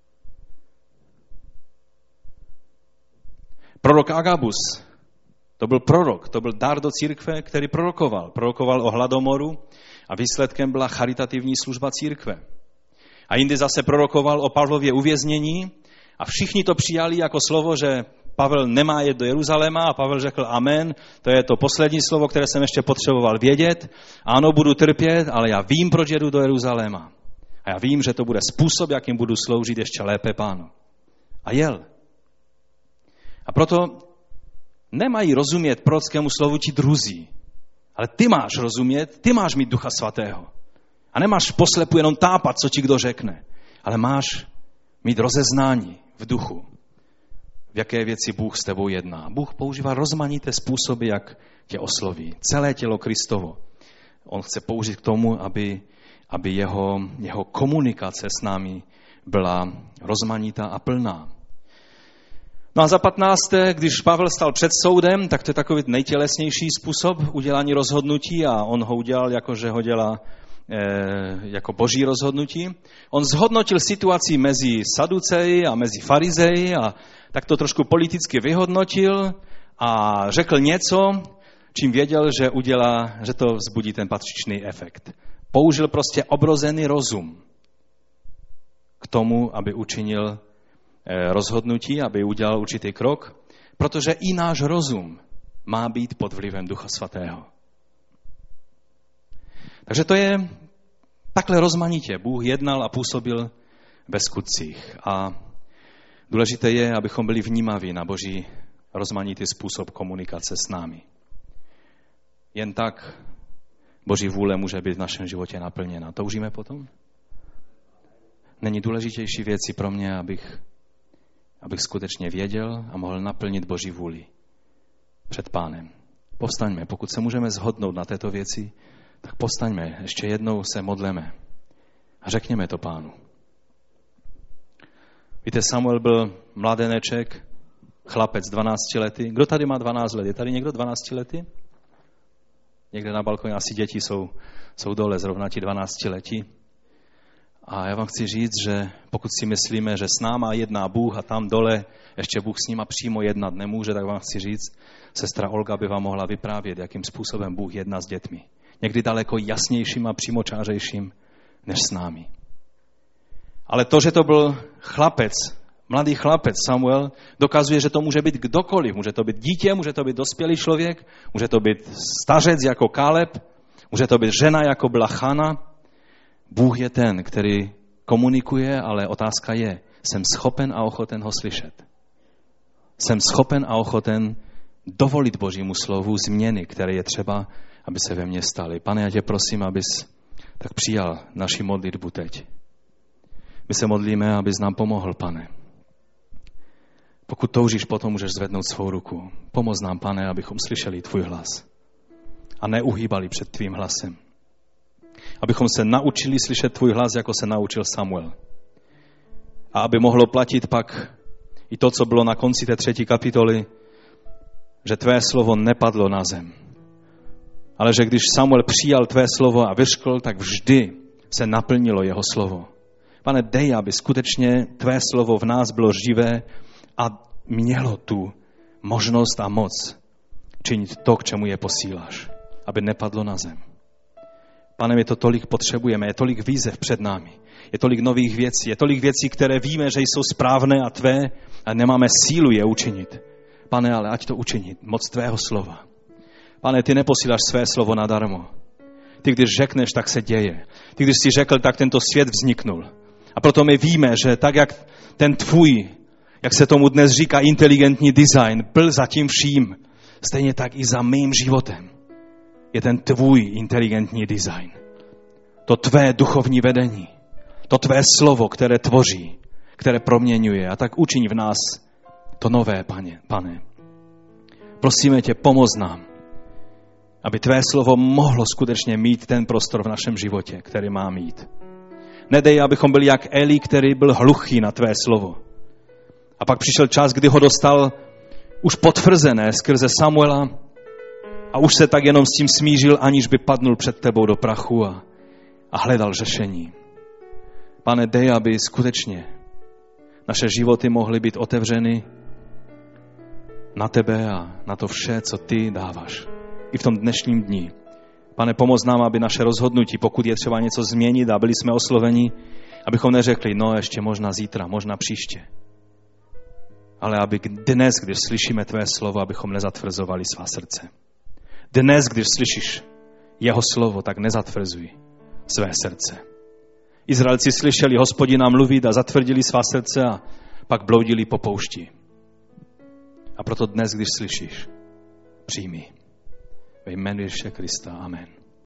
Prorok Agabus, to byl prorok, to byl dar do církve, který prorokoval. Prorokoval o hladomoru a výsledkem byla charitativní služba církve. A jindy zase prorokoval o Pavlově uvěznění a všichni to přijali jako slovo, že Pavel nemá jet do Jeruzaléma, a Pavel řekl amen, to je to poslední slovo, které jsem ještě potřeboval vědět. Ano, budu trpět, ale já vím, proč jedu do Jeruzaléma. A já vím, že to bude způsob, jakým budu sloužit ještě lépe Pánu. A jel. A proto nemají rozumět prorockému slovu ti druzí. Ale ty máš rozumět, ty máš mít Ducha Svatého. A nemáš poslepu jenom tápat, co ti kdo řekne. Ale máš mít rozeznání v duchu, v jaké věci Bůh s tebou jedná. Bůh používá rozmanité způsoby, jak tě osloví. Celé tělo Kristovo. On chce použít k tomu, aby jeho komunikace s námi byla rozmanitá a plná. No a za 15. když Pavel stal před soudem, tak to je takový nejtělesnější způsob udělání rozhodnutí, a on ho udělal, jakože ho dělá jako boží rozhodnutí. On zhodnotil situaci mezi Saduceji a mezi Farizeji a tak to trošku politicky vyhodnotil a řekl něco, čím věděl, že to vzbudí ten patřičný efekt. Použil prostě obrozený rozum k tomu, aby učinil rozhodnutí, aby udělal určitý krok, protože i náš rozum má být pod vlivem Ducha Svatého. Takže to je takhle rozmanitě. Bůh jednal a působil ve skutcích. A důležité je, abychom byli vnímaví na Boží rozmanitý způsob komunikace s námi. Jen tak Boží vůle může být v našem životě naplněna. Toužíme potom? Není důležitější věci pro mě, abych skutečně věděl a mohl naplnit Boží vůli před Pánem. Povstaňme, pokud se můžeme shodnout na této věci, tak povstaňme, ještě jednou se modleme a řekněme to Pánu. Víte, Samuel byl mladeneček, chlapec 12 lety. Kdo tady má 12 let? Je tady někdo 12 lety? Někde na balkoně asi děti jsou dole, zrovna ti 12 letí. A já vám chci říct, že pokud si myslíme, že s náma jedná Bůh a tam dole ještě Bůh s nima přímo jednat nemůže, tak vám chci říct, sestra Olga by vám mohla vyprávět, jakým způsobem Bůh jedná s dětmi. Někdy daleko jasnějším a přímočářejším než s námi. Ale to, že to byl chlapec, mladý chlapec Samuel, dokazuje, že to může být kdokoliv. Může to být dítě, může to být dospělý člověk, může to být stařec jako Káleb, může to být žena jako byla Chana. Bůh je ten, který komunikuje, ale otázka je, jsem schopen a ochoten ho slyšet. Jsem schopen a ochoten dovolit Božímu slovu změny, které je třeba, aby se ve mně staly. Pane, já tě prosím, abys tak přijal naši modlitbu teď. My se modlíme, abys nám pomohl, Pane. Pokud toužíš, potom můžeš zvednout svou ruku. Pomoz nám, Pane, abychom slyšeli tvůj hlas a neuhýbali před tvým hlasem. Abychom se naučili slyšet tvůj hlas, jako se naučil Samuel. A aby mohlo platit pak i to, co bylo na konci té 3. kapitoly, že tvé slovo nepadlo na zem. Ale že když Samuel přijal tvé slovo a vyřkl, tak vždy se naplnilo jeho slovo. Pane, dej, aby skutečně tvé slovo v nás bylo živé a mělo tu možnost a moc činit to, k čemu je posíláš, aby nepadlo na zem. Pane, my to tolik potřebujeme, je tolik výzev před námi, je tolik nových věcí, je tolik věcí, které víme, že jsou správné a tvé a nemáme sílu je učinit. Pane, ale ať to učinit, moc tvého slova. Pane, ty neposíláš své slovo nadarmo. Ty, když řekneš, tak se děje. Ty, když jsi řekl, tak tento svět vzniknul. A proto my víme, že tak, jak ten tvůj, jak se tomu dnes říká, inteligentní design, byl za tím vším, stejně tak i za mým životem je ten tvůj inteligentní design. To tvé duchovní vedení, to tvé slovo, které tvoří, které proměňuje. A tak učiň v nás to nové, Pane. Prosíme tě, pomoz nám, aby tvé slovo mohlo skutečně mít ten prostor v našem životě, který má mít. Nedej, abychom byli jak Eli, který byl hluchý na tvé slovo. A pak přišel čas, kdy ho dostal už potvrzené skrze Samuela a už se tak jenom s tím smířil, aniž by padnul před tebou do prachu a hledal řešení. Pane, dej, aby skutečně naše životy mohly být otevřeny na tebe a na to vše, co ty dáváš. I v tom dnešním dni. Pane, pomoz nám, aby naše rozhodnutí, pokud je třeba něco změnit a byli jsme osloveni, abychom neřekli, no ještě možná zítra, možná příště. Ale aby dnes, když slyšíme tvé slovo, abychom nezatvrzovali svá srdce. Dnes, když slyšíš jeho slovo, tak nezatvrzuj své srdce. Izraelci slyšeli Hospodina mluvit a zatvrdili svá srdce a pak bloudili po poušti. A proto dnes, když slyšíš, přijmi. Ve jménu Ježíše Krista. Amen.